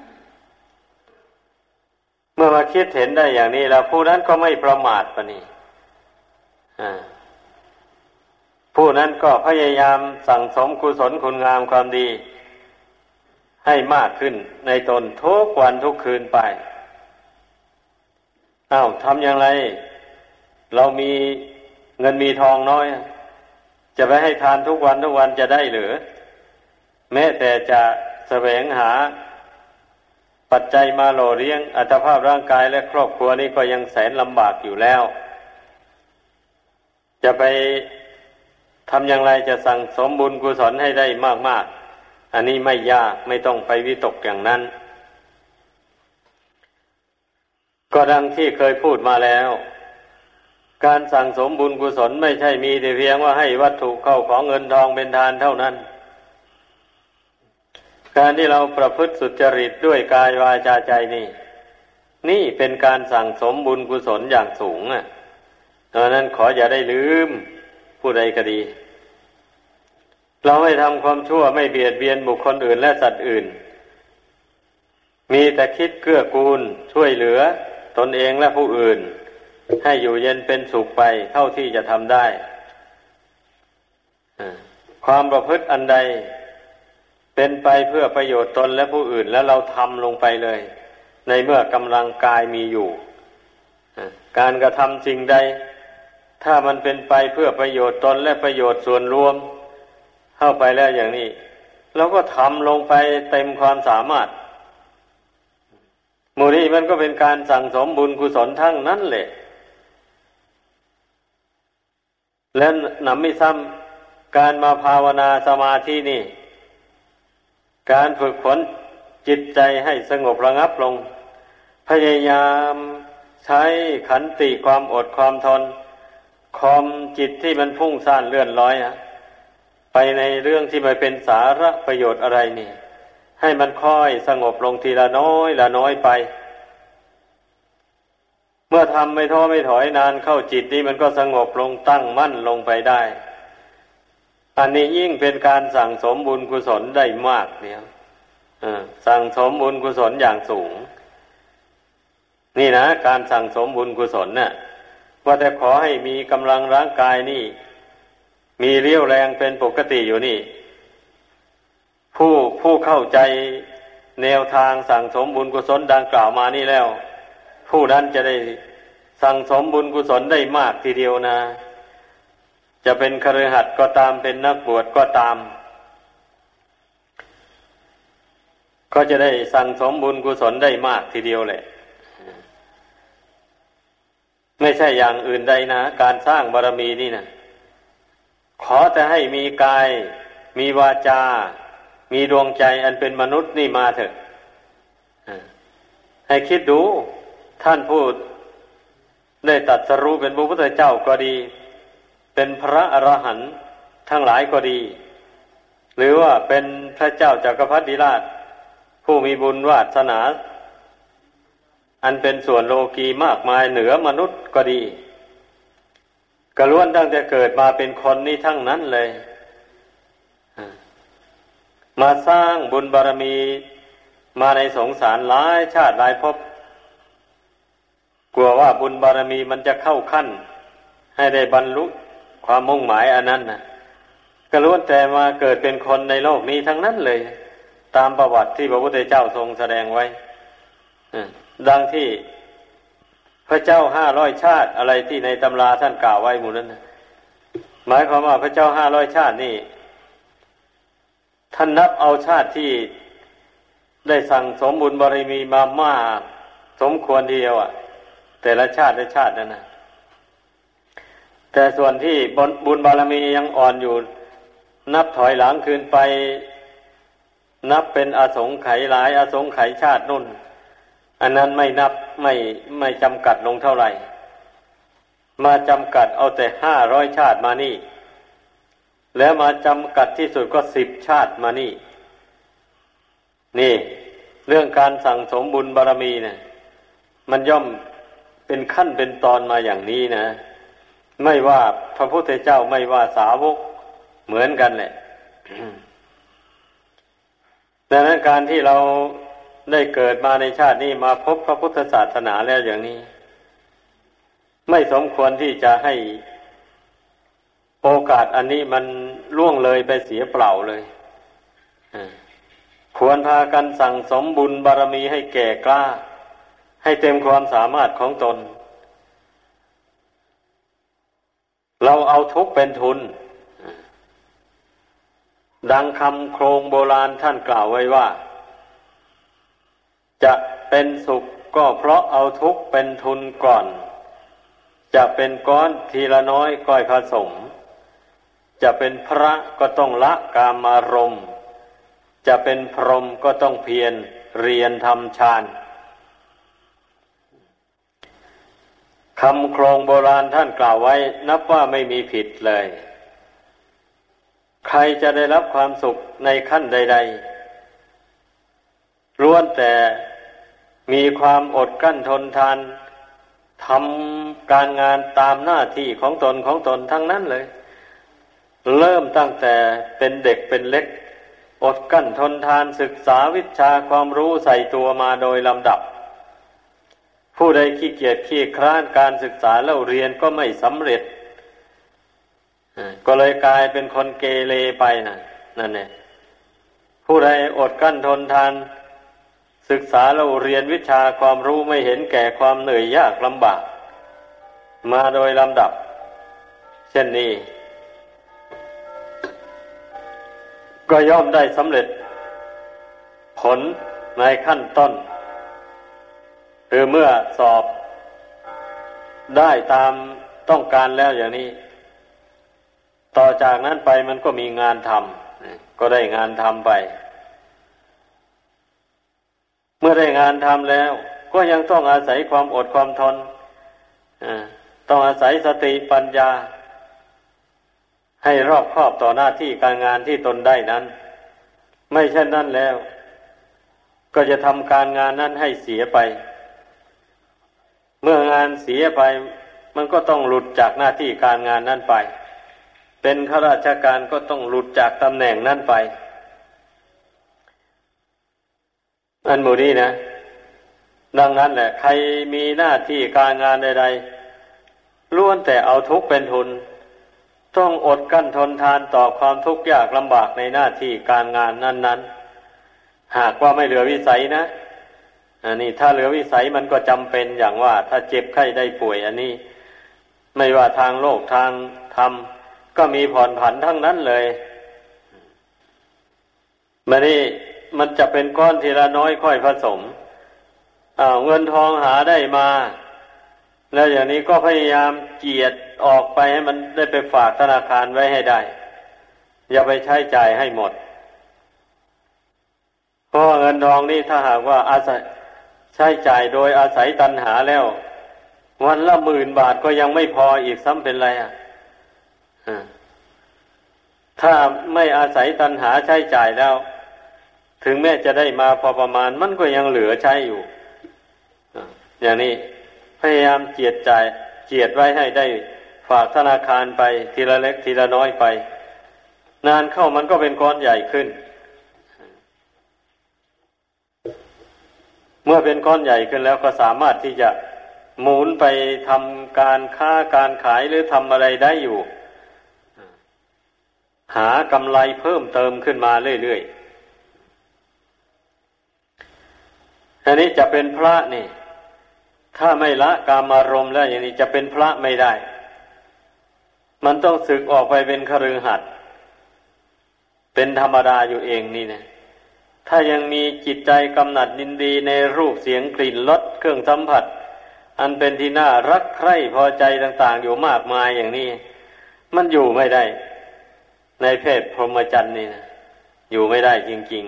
[SPEAKER 1] เมื่อมาคิดเห็นได้อย่างนี้แล้วผู้นั้นก็ไม่ประมาทปะนี่ผู้นั้นก็พยายามสั่งสมกุศลคุณงามความดีให้มากขึ้นในตนทุกวันทุกคืนไปทำอย่างไรเรามีเงินมีทองน้อยจะไปให้ทานทุกวันทุกวันจะได้หรือแม้แต่จะแสวงหาปัจจัยมาหล่อเลี้ยงอัตภาพร่างกายและครอบครัวนี้ก็ยังแสนลำบากอยู่แล้วจะไปทำอย่างไรจะสั่งสมบุญกุศลให้ได้มากๆอันนี้ไม่ยากไม่ต้องไปวิตกอย่างนั้นก็ดังที่เคยพูดมาแล้วการสั่งสมบุญกุศลไม่ใช่มีแต่เพียงว่าให้วัตถุเข้าของเงินทองเป็นทานเท่านั้นการที่เราประพฤติสุจริตด้วยกายวาจาใจนี่เป็นการสั่งสมบุญกุศลอย่างสูงดังนั้นขออย่าได้ลืมผู้ใดก็ดีเราไม่ทำความชั่วไม่เบียดเบียนบุคคลอื่นและสัตว์อื่นมีแต่คิดเกื้อกูลช่วยเหลือตนเองและผู้อื่นให้อยู่เย็นเป็นสุขไปเท่าที่จะทำได้ความประพฤติอันใดเป็นไปเพื่อประโยชน์ตนและผู้อื่นแล้วเราทำลงไปเลยในเมื่อกำลังกายมีอยู่การกระทำสิ่งใดถ้ามันเป็นไปเพื่อประโยชน์ตนและประโยชน์ส่วนรวมเข้าไปแล้วอย่างนี้เราก็ทำลงไปเต็มความสามารถหมู่นี้มันก็เป็นการสั่งสมบุญกุศลทั้งนั้นแหละและนำไม่ซ้ำการมาภาวนาสมาธินี่การฝึกฝนจิตใจให้สงบระงับลงพยายามใช้ขันติความอดความทนข่มจิตที่มันพุ่งซ่านเลื่อนลอยไปในเรื่องที่ไม่เป็นสาระประโยชน์อะไรนี่ให้มันค่อยสงบลงทีละน้อยละน้อยไปเมื่อทำไม่ท้อไม่ถอยนานเข้าจิตนี้มันก็สงบลงตั้งมั่นลงไปได้อันนี้ยิ่งเป็นการสั่งสมบุญกุศลได้มากเนี่ยสั่งสมบุญกุศลอย่างสูงนี่นะการสั่งสมบุญกุศลน่ะว่าแต่ขอให้มีกำลังร่างกายนี่มีเรี่ยวแรงเป็นปกติอยู่นี่ผู้เข้าใจแนวทางสั่งสมบุญกุศลดังกล่าวมานี่แล้วผู้นั้นจะได้สั่งสมบุญกุศลได้มากทีเดียวนะจะเป็นคฤหัสถ์ก็ตามเป็นนักบวชก็ตามก็จะได้สั่งสมบุญกุศลได้มากทีเดียวแหละไม่ใช่อย่างอื่นใดนะการสร้างบารมีนี่นะขอแต่ให้มีกายมีวาจามีดวงใจอันเป็นมนุษย์นี่มาเถอะให้คิดดูท่านผู้ได้ตรัสรู้เป็นพระพุทธเจ้าก็ดีเป็นพระอรหันต์ทั้งหลายก็ดีหรือว่าเป็นพระเจ้าจักรพรรดิราชผู้มีบุญวาสนาอันเป็นส่วนโลกีมากมายเหนือมนุษย์ก็ดีก็ล้วนตั้งแต่เกิดมาเป็นคนนี้ทั้งนั้นเลยมาสร้างบุญบารมีมาในสงสารหลายชาติหลายภพกลัวว่าบุญบารมีมันจะเข้าขั้นให้ได้บรรลุความมุ่งหมายอันนั้นนะก็ล้วนแต่มาเกิดเป็นคนในโลกนี้ทั้งนั้นเลยตามประวัติที่พระพุทธเจ้าทรงแสดงไว้ดังที่พระเจ้า500ชาติอะไรที่ในตำราท่านกล่าวไว้หมู่นั้นนะหมายความว่าพระเจ้า500ชาตินี่ท่านนับเอาชาติที่ได้สั่งสมบุญบารมีมามากสมควรเดียวแต่ละชาติละชาตินั่นนะแต่ส่วนที่บุญบารมียังอ่อนอยู่นับถอยหลังคืนไปนับเป็นอสงไขยหลายอสงไขยชาตินู่นอันนั้นไม่นับไม่จำกัดลงเท่าไหร่มาจำกัดเอาแต่500ชาติมานี่แล้วมาจำกัดที่สุดก็10ชาติมานี่เรื่องการสั่งสมบุญบารมีเนี่ยมันย่อมเป็นขั้นเป็นตอนมาอย่างนี้นะไม่ว่าพระพุทธเจ้าไม่ว่าสาวกเหมือนกันแหละ ดังนั้นการที่เราได้เกิดมาในชาตินี้มาพบพระพุทธศาสนาแล้วอย่างนี้ไม่สมควรที่จะให้โอกาสอันนี้มันล่วงเลยไปเสียเปล่าเลยควรพากันสั่งสมบุญบารมีให้แก่กล้าให้เต็มความสามารถของตนเราเอาทุกข์เป็นทุนดังคำโครงโบราณท่านกล่าวไว้ว่าจะเป็นสุขก็เพราะเอาทุกข์เป็นทุนก่อนจะเป็นก้อนทีละน้อยก้อยผสมจะเป็นพระก็ต้องละกามารมณ์จะเป็นพรหมก็ต้องเพียรเรียนทำฌานคำโครงโบราณท่านกล่าวไว้นับว่าไม่มีผิดเลยใครจะได้รับความสุขในขั้นใดๆล้วนแต่มีความอดกลั้นทนทานทำการงานตามหน้าที่ของตนทั้งนั้นเลยเริ่มตั้งแต่เป็นเด็กเป็นเล็กอดกลั้นทนทานศึกษาวิชาความรู้ใส่ตัวมาโดยลำดับผู้ใดขี้เกียจขี้คร้านการศึกษาแล้วเรียนก็ไม่สำเร็จก็เลยกลายเป็นคนเกเรไปนั่นแหละผู้ใดอดกลั้นทนทานศึกษาแล้วเรียนวิชาความรู้ไม่เห็นแก่ความเหนื่อยยากลำบากมาโดยลำดับเช่นนี้ก็ย่อมได้สำเร็จผลในขั้นต้นคือเมื่อสอบได้ตามต้องการแล้วอย่างนี้ต่อจากนั้นไปมันก็มีงานทำก็ได้งานทำไปเมื่อได้งานทำแล้วก็ยังต้องอาศัยความอดความทนต้องอาศัยสติปัญญาให้รอบคอบต่อหน้าที่การงานที่ตนได้นั้นไม่เช่นนั้นแล้วก็จะทำการงานนั้นให้เสียไปเมื่องานเสียไปมันก็ต้องหลุดจากหน้าที่การงานนั้นไปเป็นข้าราชการก็ต้องหลุดจากตำแหน่งนั้นไปอันหมู่นี้นะดังนั้นแหละใครมีหน้าที่การงานใดๆล้วนแต่เอาทุกข์เป็นทุนต้องอดกลั้นทนทานต่อความทุกข์ยากลำบากในหน้าที่การงานนั้นๆหากว่าไม่เหลือวิสัยนะอันนี้ถ้าเหลือวิสัยมันก็จำเป็นอย่างว่าถ้าเจ็บไข้ได้ป่วยอันนี้ไม่ว่าทางโลกทางธรรมก็มีผ่อนผันทั้งนั้นเลยมานี่มันจะเป็นก้อนทีละน้อยค่อยผสมเงินทองหาได้มาแล้วอย่างนี้ก็พยายามเจียดออกไปให้มันได้ไปฝากธนาคารไว้ให้ได้อย่าไปใช้จ่ายให้หมดเพราะเงินทองนี่ถ้าหากว่าอาศัยใช้จ่ายโดยอาศัยตัณหาแล้ววันละ10,000 บาทก็ยังไม่พออีกซ้ำเป็นไรถ้าไม่อาศัยตัณหาใช้จ่ายแล้วถึงแม้จะได้มาพอประมาณมันก็ยังเหลือใช้อยู่อย่างนี้พยายามเจียดไว้ให้ได้ฝากธนาคารไปทีละเล็กทีละน้อยไปนานเข้ามันก็เป็นก้อนใหญ่ขึ้นเมื่อเป็นก้อนใหญ่ขึ้นแล้วก็สามารถที่จะหมุนไปทำการค้าการขายหรือทำอะไรได้อยู่หากำไรเพิ่มเติมขึ้นมาเรื่อยๆอันนี้จะเป็นพระนี่ถ้าไม่ละกามารมณ์แล้วอย่างนี้จะเป็นพระไม่ได้มันต้องสึกออกไปเป็นคฤหัสถ์เป็นธรรมดาอยู่เองนี่นะถ้ายังมีจิตใจกำหนัดยินดีในรูปเสียงกลิ่นรสเครื่องสัมผัสอันเป็นที่น่ารักใคร่พอใจต่างๆอยู่มากมายอย่างนี้มันอยู่ไม่ได้ในเพศพรหมจรรย์นี่นะอยู่ไม่ได้จริง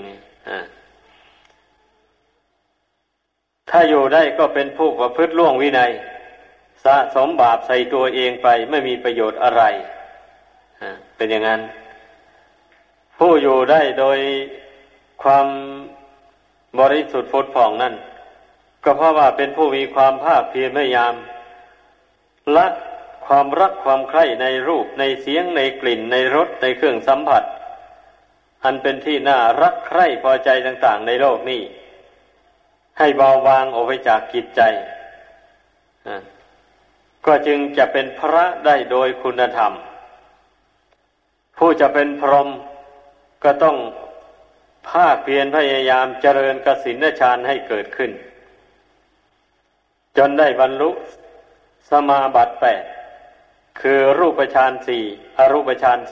[SPEAKER 1] ๆถ้าอยู่ได้ก็เป็นผู้ประพฤติล่วงวินัยสะสมบาปใส่ตัวเองไปไม่มีประโยชน์อะไรเป็นอย่างนั้นผู้อยู่ได้โดยความบริสุทธิ์ผุดผ่องนั่นก็เพราะว่าเป็นผู้มีความภาคเพียรพยายามละความรักความใคร่ในรูปในเสียงในกลิ่นในรสในเครื่องสัมผัสอันเป็นที่น่ารักใคร่พอใจต่างๆในโลกนี้ให้เบาบางออกไปจากจิตใจก็จึงจะเป็นพระได้โดยคุณธรรมผู้จะเป็นพรหมก็ต้องภาคเพียรพยายามเจริญกสิณฌานให้เกิดขึ้นจนได้บรรลุสมาบัติ8คือรูปฌาน4อรูปฌาน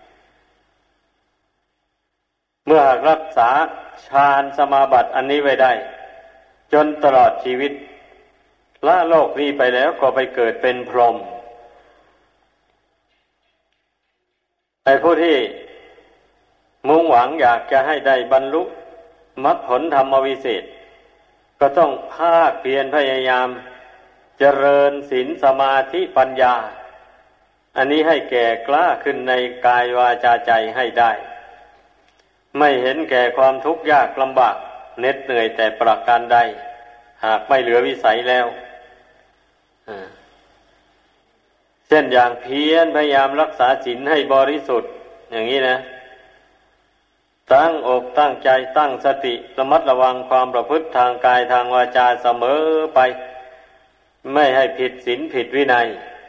[SPEAKER 1] 4เมื่อรักษาฌานสมาบัติอันนี้ไว้ได้จนตลอดชีวิตละโลกนี้ไปแล้วก็ไปเกิดเป็นพรหมไอ้ผู้ที่มุ่งหวังอยากจะให้ได้บรรลุมรรคผลธรรมวิเศษก็ต้องภาคเพียรพยายามเจริญศีลสมาธิปัญญาอันนี้ให้แก่กล้าขึ้นในกายวาจาใจให้ได้ไม่เห็นแก่ความทุกข์ยากลำบากเหน็ดเหนื่อยแต่ประการใดหากไม่เหลือวิสัยแล้วเช่นอย่างเพียรพยายามรักษาศีลให้บริสุทธิ์อย่างนี้นะตั้งอกตั้งใจตั้งสติระมัดระวังความประพฤติทางกายทางวาจาเสมอไปไม่ให้ผิดศีลผิดวินัย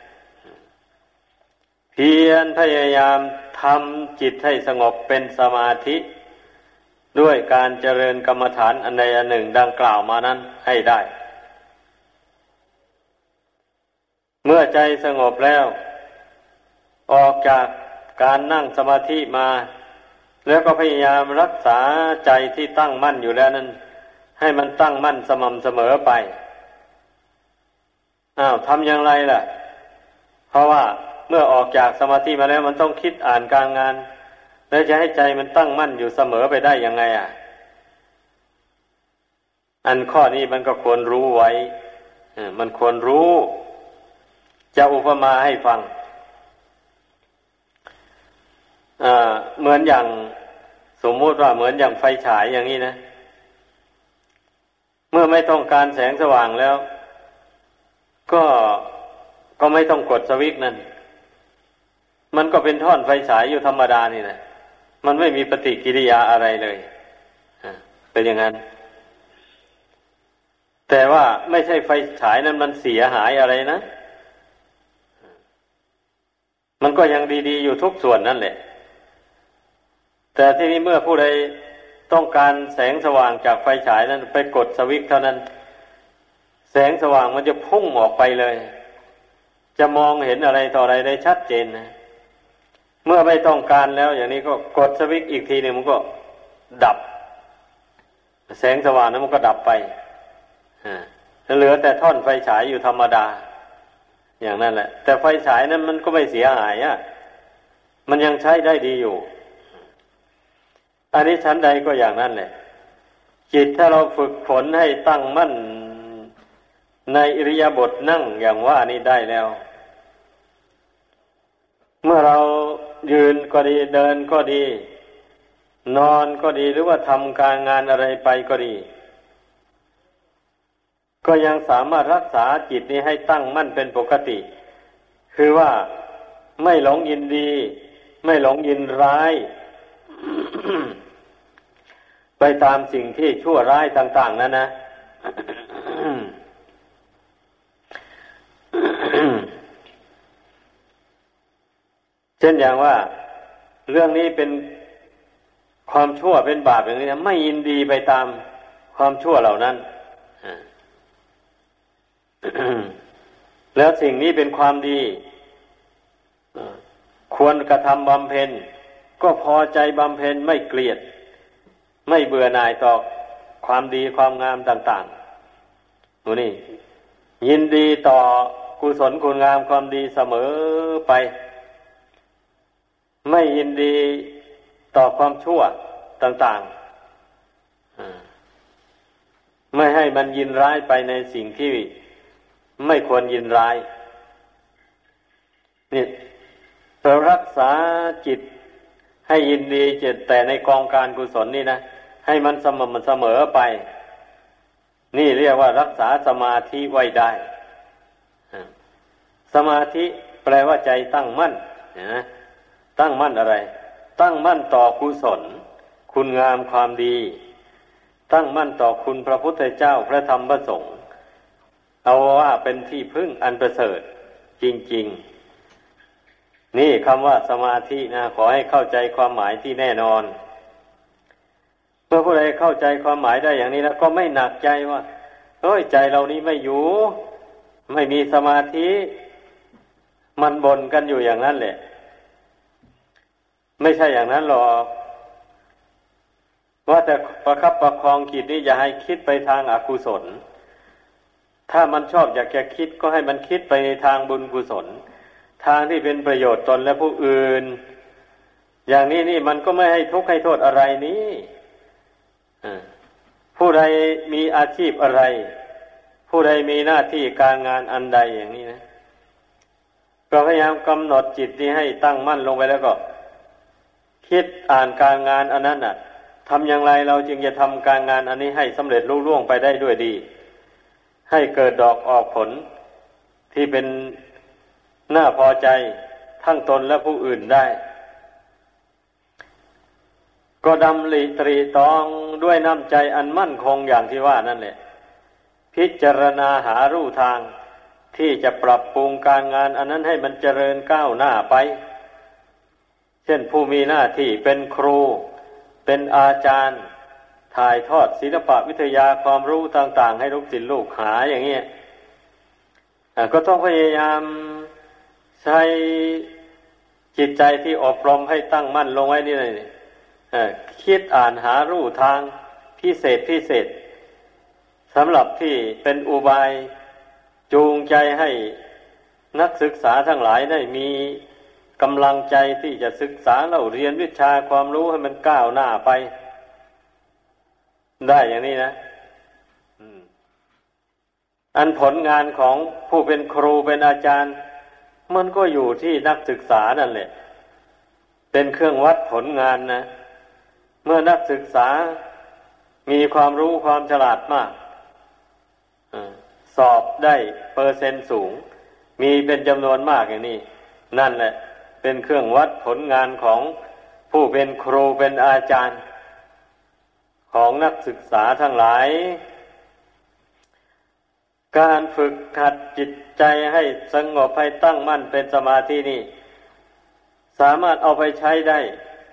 [SPEAKER 1] เพียรพยายามทำจิตให้สงบเป็นสมาธิด้วยการเจริญกรรมฐานอันใดอันหนึ่งดังกล่าวมานั้นให้ได้เมื่อใจสงบแล้วออกจากการนั่งสมาธิมาแล้วก็พยายามรักษาใจที่ตั้งมั่นอยู่แล้วนั้นให้มันตั้งมั่นสม่ำเสมอไปทำอย่างไรล่ะเพราะว่าเมื่อออกจากสมาธิมาแล้วมันต้องคิดอ่านการงานแล้วจะให้ใจมันตั้งมั่นอยู่เสมอไปได้ยังไงอันข้อนี้มันก็ควรรู้ไว้มันควรรู้จะอุปมาให้ฟังเหมือนอย่างสมมุติว่าเหมือนอย่างไฟฉายอย่างนี้นะเมื่อไม่ต้องการแสงสว่างแล้วก็ไม่ต้องกดสวิตช์นั่นมันก็เป็นท่อนไฟฉายอยู่ธรรมดานี่นะมันไม่มีปฏิกิริยาอะไรเลยเป็นอย่างนั้นแต่ว่าไม่ใช่ไฟฉายนั้นมันเสียหายอะไรนะมันก็ยังดีๆอยู่ทุกส่วนนั่นแหละแต่ที่นี้เมื่อผู้ใดต้องการแสงสว่างจากไฟฉายนั้นไปกดสวิตช์เท่านั้นแสงสว่างมันจะพุ่งออกไปเลยจะมองเห็นอะไรต่ออะไรได้ชัดเจนนะเมื่อไม่ต้องการแล้วอย่างนี้ก็กดสวิตช์อีกทีหนึ่งมันก็ดับแสงสว่างนั้นมันก็ดับไปเหลือแต่ท่อนไฟฉายอยู่ธรรมดาอย่างนั้นแหละแต่ไฟฉายนั้นมันก็ไม่เสียหายมันยังใช้ได้ดีอยู่อันนี้ชั้นใดก็อย่างนั้นแหละจิตถ้าเราฝึกฝนให้ตั้งมั่นในอิริยาบถนั่งอย่างว่านี่ได้แล้วเมื่อเรายืนก็ดีเดินก็ดีนอนก็ดีหรือว่าทำการงานอะไรไปก็ดีก็ยังสามารถรักษาจิตนี้ให้ตั้งมั่นเป็นปกติคือว่าไม่หลงยินดีไม่หลงยินร้าย ไปตามสิ่งที่ชั่วร้ายต่างๆนั่นนะ เช่นอย่างว่าเรื่องนี้เป็นความชั่วเป็นบาปอย่างนี้นะไม่ยินดีไปตามความชั่วเหล่านั้น แล้วสิ่งนี้เป็นความดีควรกระทำบำเพ็ญก็พอใจบำเพ็ญไม่เกลียดไม่เบื่อหน่ายต่อความดีความงามต่างๆนี่ยินดีต่อกุศลคุณงามความดีเสมอไปไม่ยินดีต่อความชั่วต่างๆไม่ให้มันยินร้ายไปในสิ่งที่ไม่ควรยินร้ายนี่เรารักษาจิตให้ยินดีจิตแต่ในกองการกุศลนี่นะให้มันสม่ำเสมอไปนี่เรียกว่ารักษาสมาธิไว้ได้สมาธิแปลว่าใจตั้งมั่นนะตั้งมั่นอะไรตั้งมั่นต่อกุศลคุณงามความดีตั้งมั่นต่อคุณพระพุทธเจ้าพระธรรมพระสงฆ์เอาว่าเป็นที่พึ่งอันประเสริฐจริงๆนี่คำว่าสมาธินะขอให้เข้าใจความหมายที่แน่นอนเมื่อผู้ใดเข้าใจความหมายได้อย่างนี้แล้วก็ไม่หนักใจว่าเฮ้ยใจเรานี้ไม่อยู่ไม่มีสมาธิมันบ่นกันอยู่อย่างนั้นแหละไม่ใช่อย่างนั้นหรอกว่าแต่ประคับประคองจิตนี้อย่าให้คิดไปทางอกุศลถ้ามันชอบอยากจะคิดก็ให้มันคิดไปในทางบุญกุศลทางที่เป็นประโยชน์ตนและผู้อื่นอย่างนี้นี่มันก็ไม่ให้ทุกข์ให้โทษอะไรนี่ผู้ใดมีอาชีพอะไรผู้ใดมีหน้าที่การงานอันใดอย่างนี้นะก็พยายามกำหนดจิตนี้ให้ตั้งมั่นลงไปแล้วก็คิดอ่านการงานอันนั้นน่ะทำอย่างไรเราจึงจะทำการงานอันนี้ให้สำเร็จลุล่วงไปได้ด้วยดีให้เกิดดอกออกผลที่เป็นน่าพอใจทั้งตนและผู้อื่นได้ก็ดำริตรีตรองด้วยน้ำใจอันมั่นคงอย่างที่ว่านั่นแหละพิจารณาหาลู่ทางที่จะปรับปรุงการงานอันนั้นให้มันเจริญก้าวหน้าไปเช่นผู้มีหน้าที่เป็นครูเป็นอาจารย์ถ่ายทอดศิลปะวิทยาความรู้ต่างๆให้ลูกศิษย์ลูกหาอย่างนี้ก็ต้องพยายามใช้จิตใจที่อบรมให้ตั้งมั่นลงไว้นี่เลยคิดอ่านหาลู่ทางพิเศษสำหรับที่เป็นอุบายจูงใจให้นักศึกษาทั้งหลายได้มีกำลังใจที่จะศึกษาเล่าเรียนวิชาความรู้ให้มันก้าวหน้าไปได้อย่างนี้นะอันผลงานของผู้เป็นครูเป็นอาจารย์มันก็อยู่ที่นักศึกษานั่นแหละเป็นเครื่องวัดผลงานนะเมื่อนักศึกษามีความรู้ความฉลาดมากสอบได้เปอร์เซ็นต์สูงมีเป็นจำนวนมากอย่างนี้นั่นแหละเป็นเครื่องวัดผลงานของผู้เป็นครูเป็นอาจารย์ของนักศึกษาทั้งหลายการฝึกหัดจิตใจให้สงบให้ตั้งมั่นเป็นสมาธินี่สามารถเอาไปใช้ได้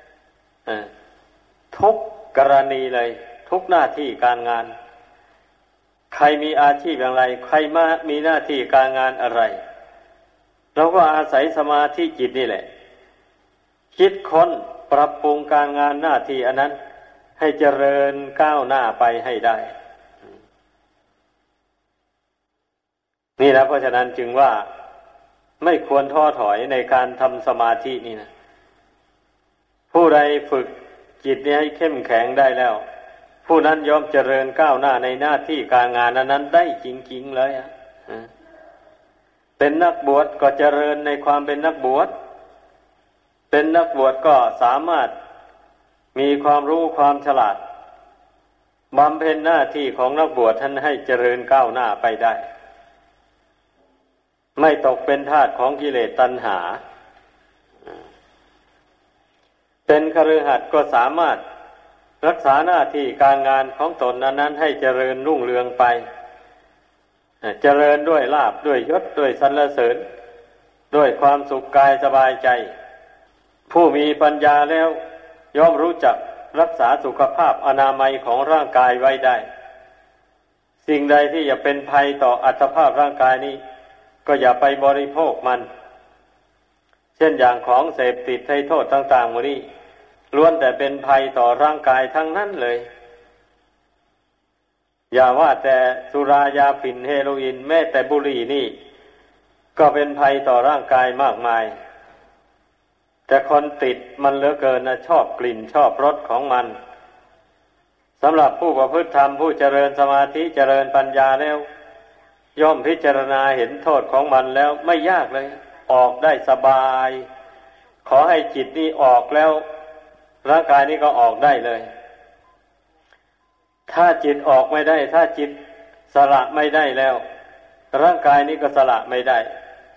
[SPEAKER 1] ทุกกรณีเลยทุกหน้าที่การงานใครมีอาชีพอย่างไรใครมีหน้าที่การงานอะไรเราก็อาศัยสมาธิจิตนี่แหละคิดค้นปรับปรุงการงานหน้าที่อันนั้นให้เจริญก้าวหน้าไปให้ได้นี่นะเพราะฉะนั้นจึงว่าไม่ควรท้อถอยในการทำสมาธินี่นะผู้ใดฝึกจิตนี้ให้เข้มแข็งได้แล้วผู้นั้นย่อมเจริญก้าวหน้าในหน้าที่การงานนั้นได้จริงๆเลยเป็นนักบวชก็เจริญในความเป็นนักบวชเป็นนักบวชก็สามารถมีความรู้ความฉลาดบำเพ็ญหน้าที่ของนักบวชท่านให้เจริญก้าวหน้าไปได้ไม่ตกเป็นทาสของกิเลสตัณหาเป็นคฤหัสถ์ก็สามารถรักษาหน้าที่การงานของตนนั้นให้เจริญรุ่งเรืองไปเจริญด้วยลาภด้วยยศด้วยสรรเสริญด้วยความสุขกายสบายใจผู้มีปัญญาแล้วย่อมรู้จักรักษาสุขภาพอนามัยของร่างกายไว้ได้สิ่งใดที่จะเป็นภัยต่ออัตภาพร่างกายนี้ก็อย่าไปบริโภคมันเช่นอย่างของเสพติดให้โทษต่างๆหมดนี้ล้วนแต่เป็นภัยต่อร่างกายทั้งนั้นเลยอย่าว่าแต่สุรายาฝิ่นเฮโรอีนแม้แต่บุหรี่นี่ก็เป็นภัยต่อร่างกายมากมายแต่คนติดมันเหลือเกินนะชอบกลิ่นชอบรสของมันสำหรับผู้ประพฤติธรรมผู้เจริญสมาธิเจริญปัญญาแล้วย่อมพิจารณาเห็นโทษของมันแล้วไม่ยากเลยออกได้สบายขอให้จิตนี่ออกแล้วร่างกายนี้ก็ออกได้เลยถ้าจิตออกไม่ได้ถ้าจิตสละไม่ได้แล้วร่างกายนี้ก็สละไม่ได้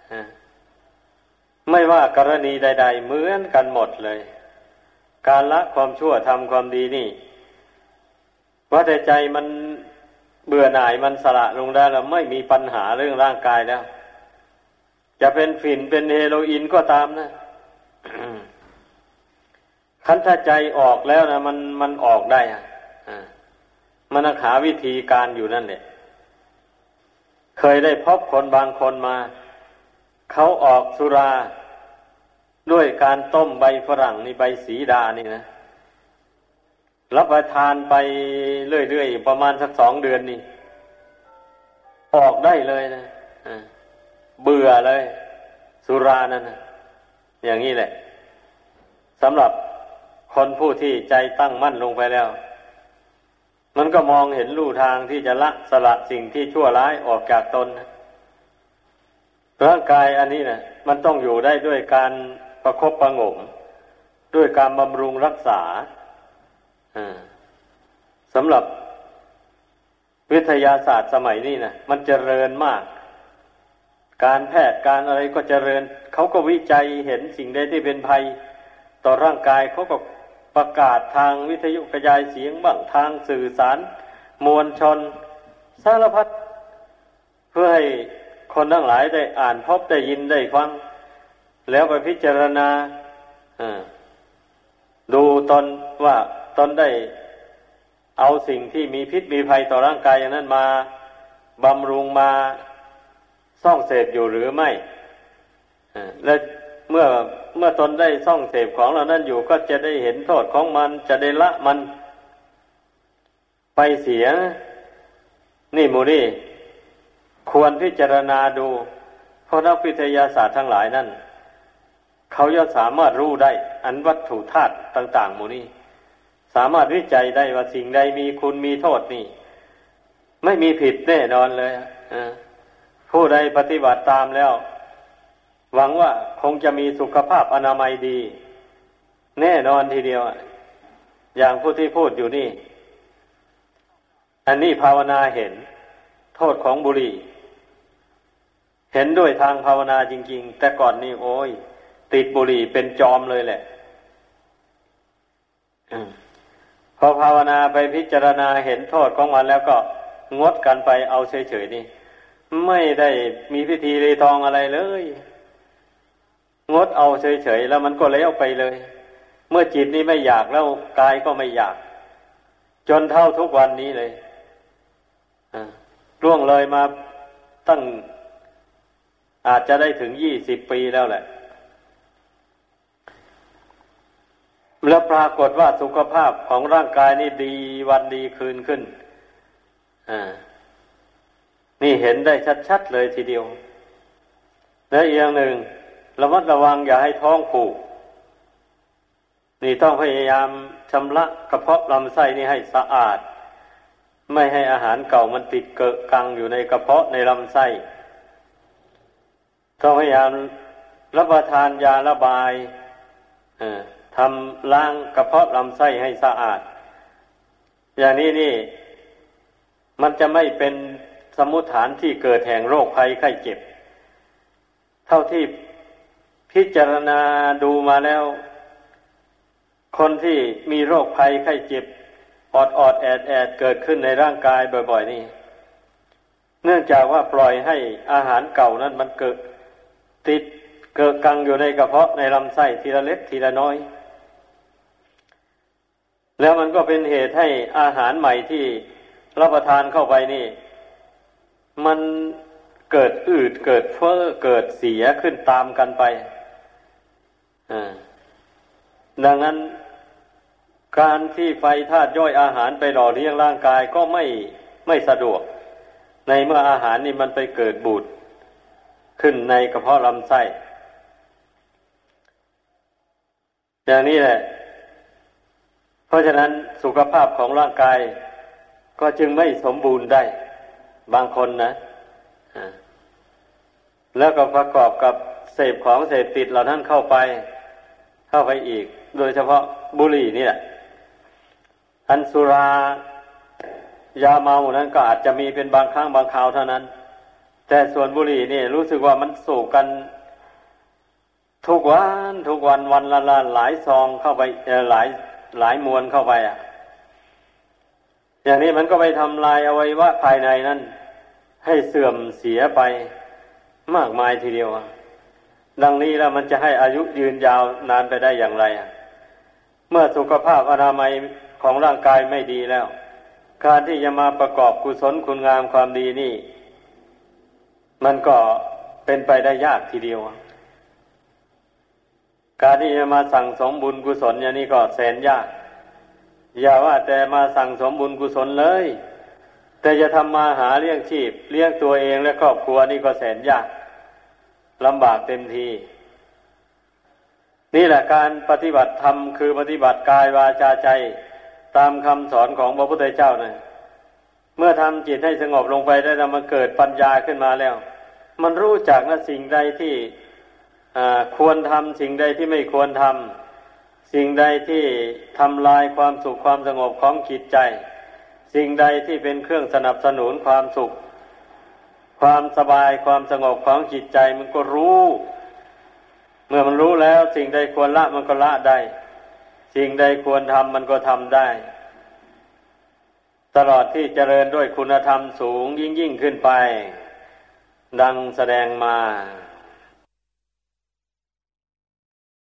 [SPEAKER 1] ไม่ว่ากรณีใดๆเหมือนกันหมดเลยการละความชั่วทำความดีนี่ว่าแต่ใจมันเบื่อหน่ายมันสละลงได้แล้วไม่มีปัญหาเรื่องร่างกายแล้วจะเป็นฝิ่นเป็นเฮโรอีนก็ตามนะ คันถ้าใจออกแล้วนะมันออกได้มันหาวิธีการอยู่นั่นแหละเคยได้พบคนบางคนมาเขาออกสุราด้วยการต้มใบฝรั่งนี่ใบสีดานี่นะรับประทานไปเรื่อยๆประมาณสัก2 เดือนนี่ออกได้เลยนะเบื่อเลยสุรานั่นนะอย่างนี้แหละสำหรับคนผู้ที่ใจตั้งมั่นลงไปแล้วมันก็มองเห็นลู่ทางที่จะละสละสิ่งที่ชั่วร้ายออกจากตนนะร่างกายอันนี้นะมันต้องอยู่ได้ด้วยการประคบประหงมด้วยการบำรุงรักษาสำหรับวิทยาศาสตร์สมัยนี้นะมันเจริญมากการแพทย์การอะไรก็เจริญเขาก็วิจัยเห็นสิ่งใดที่เป็นภัยต่อร่างกายเขาก็ประกาศทางวิทยุกระจายเสียงบ้างทางสื่อสารมวลชนสารพัดเพื่อให้คนทั้งหลายได้อ่านพบได้ยินได้ฟังแล้วไปพิจารณาดูตนว่าตนได้เอาสิ่งที่มีพิษมีภัยต่อร่างกายอย่างนั้นมาบำรุงมาซ่องเสพอยู่หรือไม่และเมื่อตนได้ซ่องเสพของเหล่านั้นอยู่ก็จะได้เห็นโทษของมันจะได้ละมันไปเสียนี่หมู่นี่ควรพิจารณาดูเพราะนักวิทยาศาสตร์ทั้งหลายนั่นเขาย่อมสามารถรู้ได้อันวัตถุธาตุต่างๆหมู่นี้สามารถวิจัยได้ว่าสิ่งใดมีคุณมีโทษนี่ไม่มีผิดแน่นอนเลยผู้ใดปฏิบัติตามแล้วหวังว่าคงจะมีสุขภาพอนามัยดีแน่นอนทีเดียวอย่างผู้ที่พูดอยู่นี่อันนี้ภาวนาเห็นโทษของบุหรี่เห็นด้วยทางภาวนาจริงๆแต่ก่อนนี่โอ้ยติดบุหรี่เป็นจอมเลยแหละพอภาวนาไปพิจารณาเห็นโทษของมันแล้วก็งดกันไปเอาเฉยๆนี่ไม่ได้มีพิธีรีตองอะไรเลยงดเอาเฉยๆแล้วมันก็แล้วไปเลยเมื่อจิตนี้ไม่อยากแล้วกายก็ไม่อยากจนเท่าทุกวันนี้เลยล่วงเลยมาตั้งอาจจะได้ถึง20 ปีแล้วแหละแล้วปรากฏว่าสุขภาพของร่างกายนี่ดีวันดีคืนขึ้นนี่เห็นได้ชัดๆเลยทีเดียวและอีกอย่างหนึ่งระมัดระวังอย่าให้ท้องผูกนี่ต้องพยายามชำระกระเพาะลำไส้นี่ให้สะอาดไม่ให้อาหารเก่ามันติดเกอะกังอยู่ในกระเพาะในลำไส้ต้องพยายามรับประทานยาระบายทำล้างกระเพาะลำไส้ให้สะอาดอย่างนี้นี่มันจะไม่เป็นสมมุติฐานที่เกิดแห่งโรคภัยไข้เจ็บเท่าที่พิจารณาดูมาแล้วคนที่มีโรคภัยไข้เจ็บอดแอดเกิดขึ้นในร่างกายบ่อยๆนี่เนื่องจากว่าปล่อยให้อาหารเก่านั้นมันเกิดกังอยู่ในกระเพาะในลำไส้ทีละเล็กทีละน้อยแล้วมันก็เป็นเหตุให้อาหารใหม่ที่รับประทานเข้าไปนี่มันเกิดอืดเกิดเฟ้อเกิดเสียขึ้นตามกันไปดังนั้นการที่ไฟธาตุย่อยอาหารไปหล่อเลี้ยงร่างกายก็ไม่สะดวกในเมื่ออาหารนี่มันไปเกิดบูดขึ้นในกระเพาะลำไส้อย่างนี้แหละเพราะฉะนั้นสุขภาพของร่างกายก็จึงไม่สมบูรณ์ได้บางคนนะแล้วก็ประกอบกับเสพของเสพติดเหล่านั้นเข้าไปอีกโดยเฉพาะบุหรี่นี่แหละอันสุรายาเมานั้นก็อาจจะมีเป็นบางครั้งบางคราวเท่านั้นแต่ส่วนบุหรี่นี่รู้สึกว่ามันสูบกันทุกวันวันละหลายซองเข้าไปหลายมวนเข้าไปอย่างนี้มันก็ไปทำลายอวัยวะภายในนั้นให้เสื่อมเสียไปมากมายทีเดียวดังนี้แล้วมันจะให้อายุยืนยาวนานไปได้อย่างไรเมื่อสุขภาพอนามัยของร่างกายไม่ดีแล้วการที่จะมาประกอบกุศลคุณงามความดีนี่มันก็เป็นไปได้ยากทีเดียวการที่จะมาสั่งสมบุญกุศลอย่างนี้ก็แสนยากอย่าว่าแต่มาสั่งสมบุญกุศลเลยแต่จะทำมาหาเลี้ยงชีพเลี้ยงตัวเองและครอบครัวนี่ก็แสนยากลำบากเต็มทีนี่แหละการปฏิบัติธรรมคือปฏิบัติกายวาจาใจตามคำสอนของพระพุทธเจ้านะเมื่อทำจิตให้สงบลงไปได้แล้วมันเกิดปัญญาขึ้นมาแล้วมันรู้จักนะสิ่งใดที่ควรทำสิ่งใดที่ไม่ควรทำสิ่งใดที่ทำลายความสุขความสงบของจิตใจสิ่งใดที่เป็นเครื่องสนับสนุนความสุขความสบายความสงบของจิตใจมันก็รู้เมื่อมันรู้แล้วสิ่งใดควรละมันก็ละได้สิ่งใดควรทำมันก็ทำได้ตลอดที่เจริญด้วยคุณธรรมสูงยิ่งขึ้นไปดังแสดงมา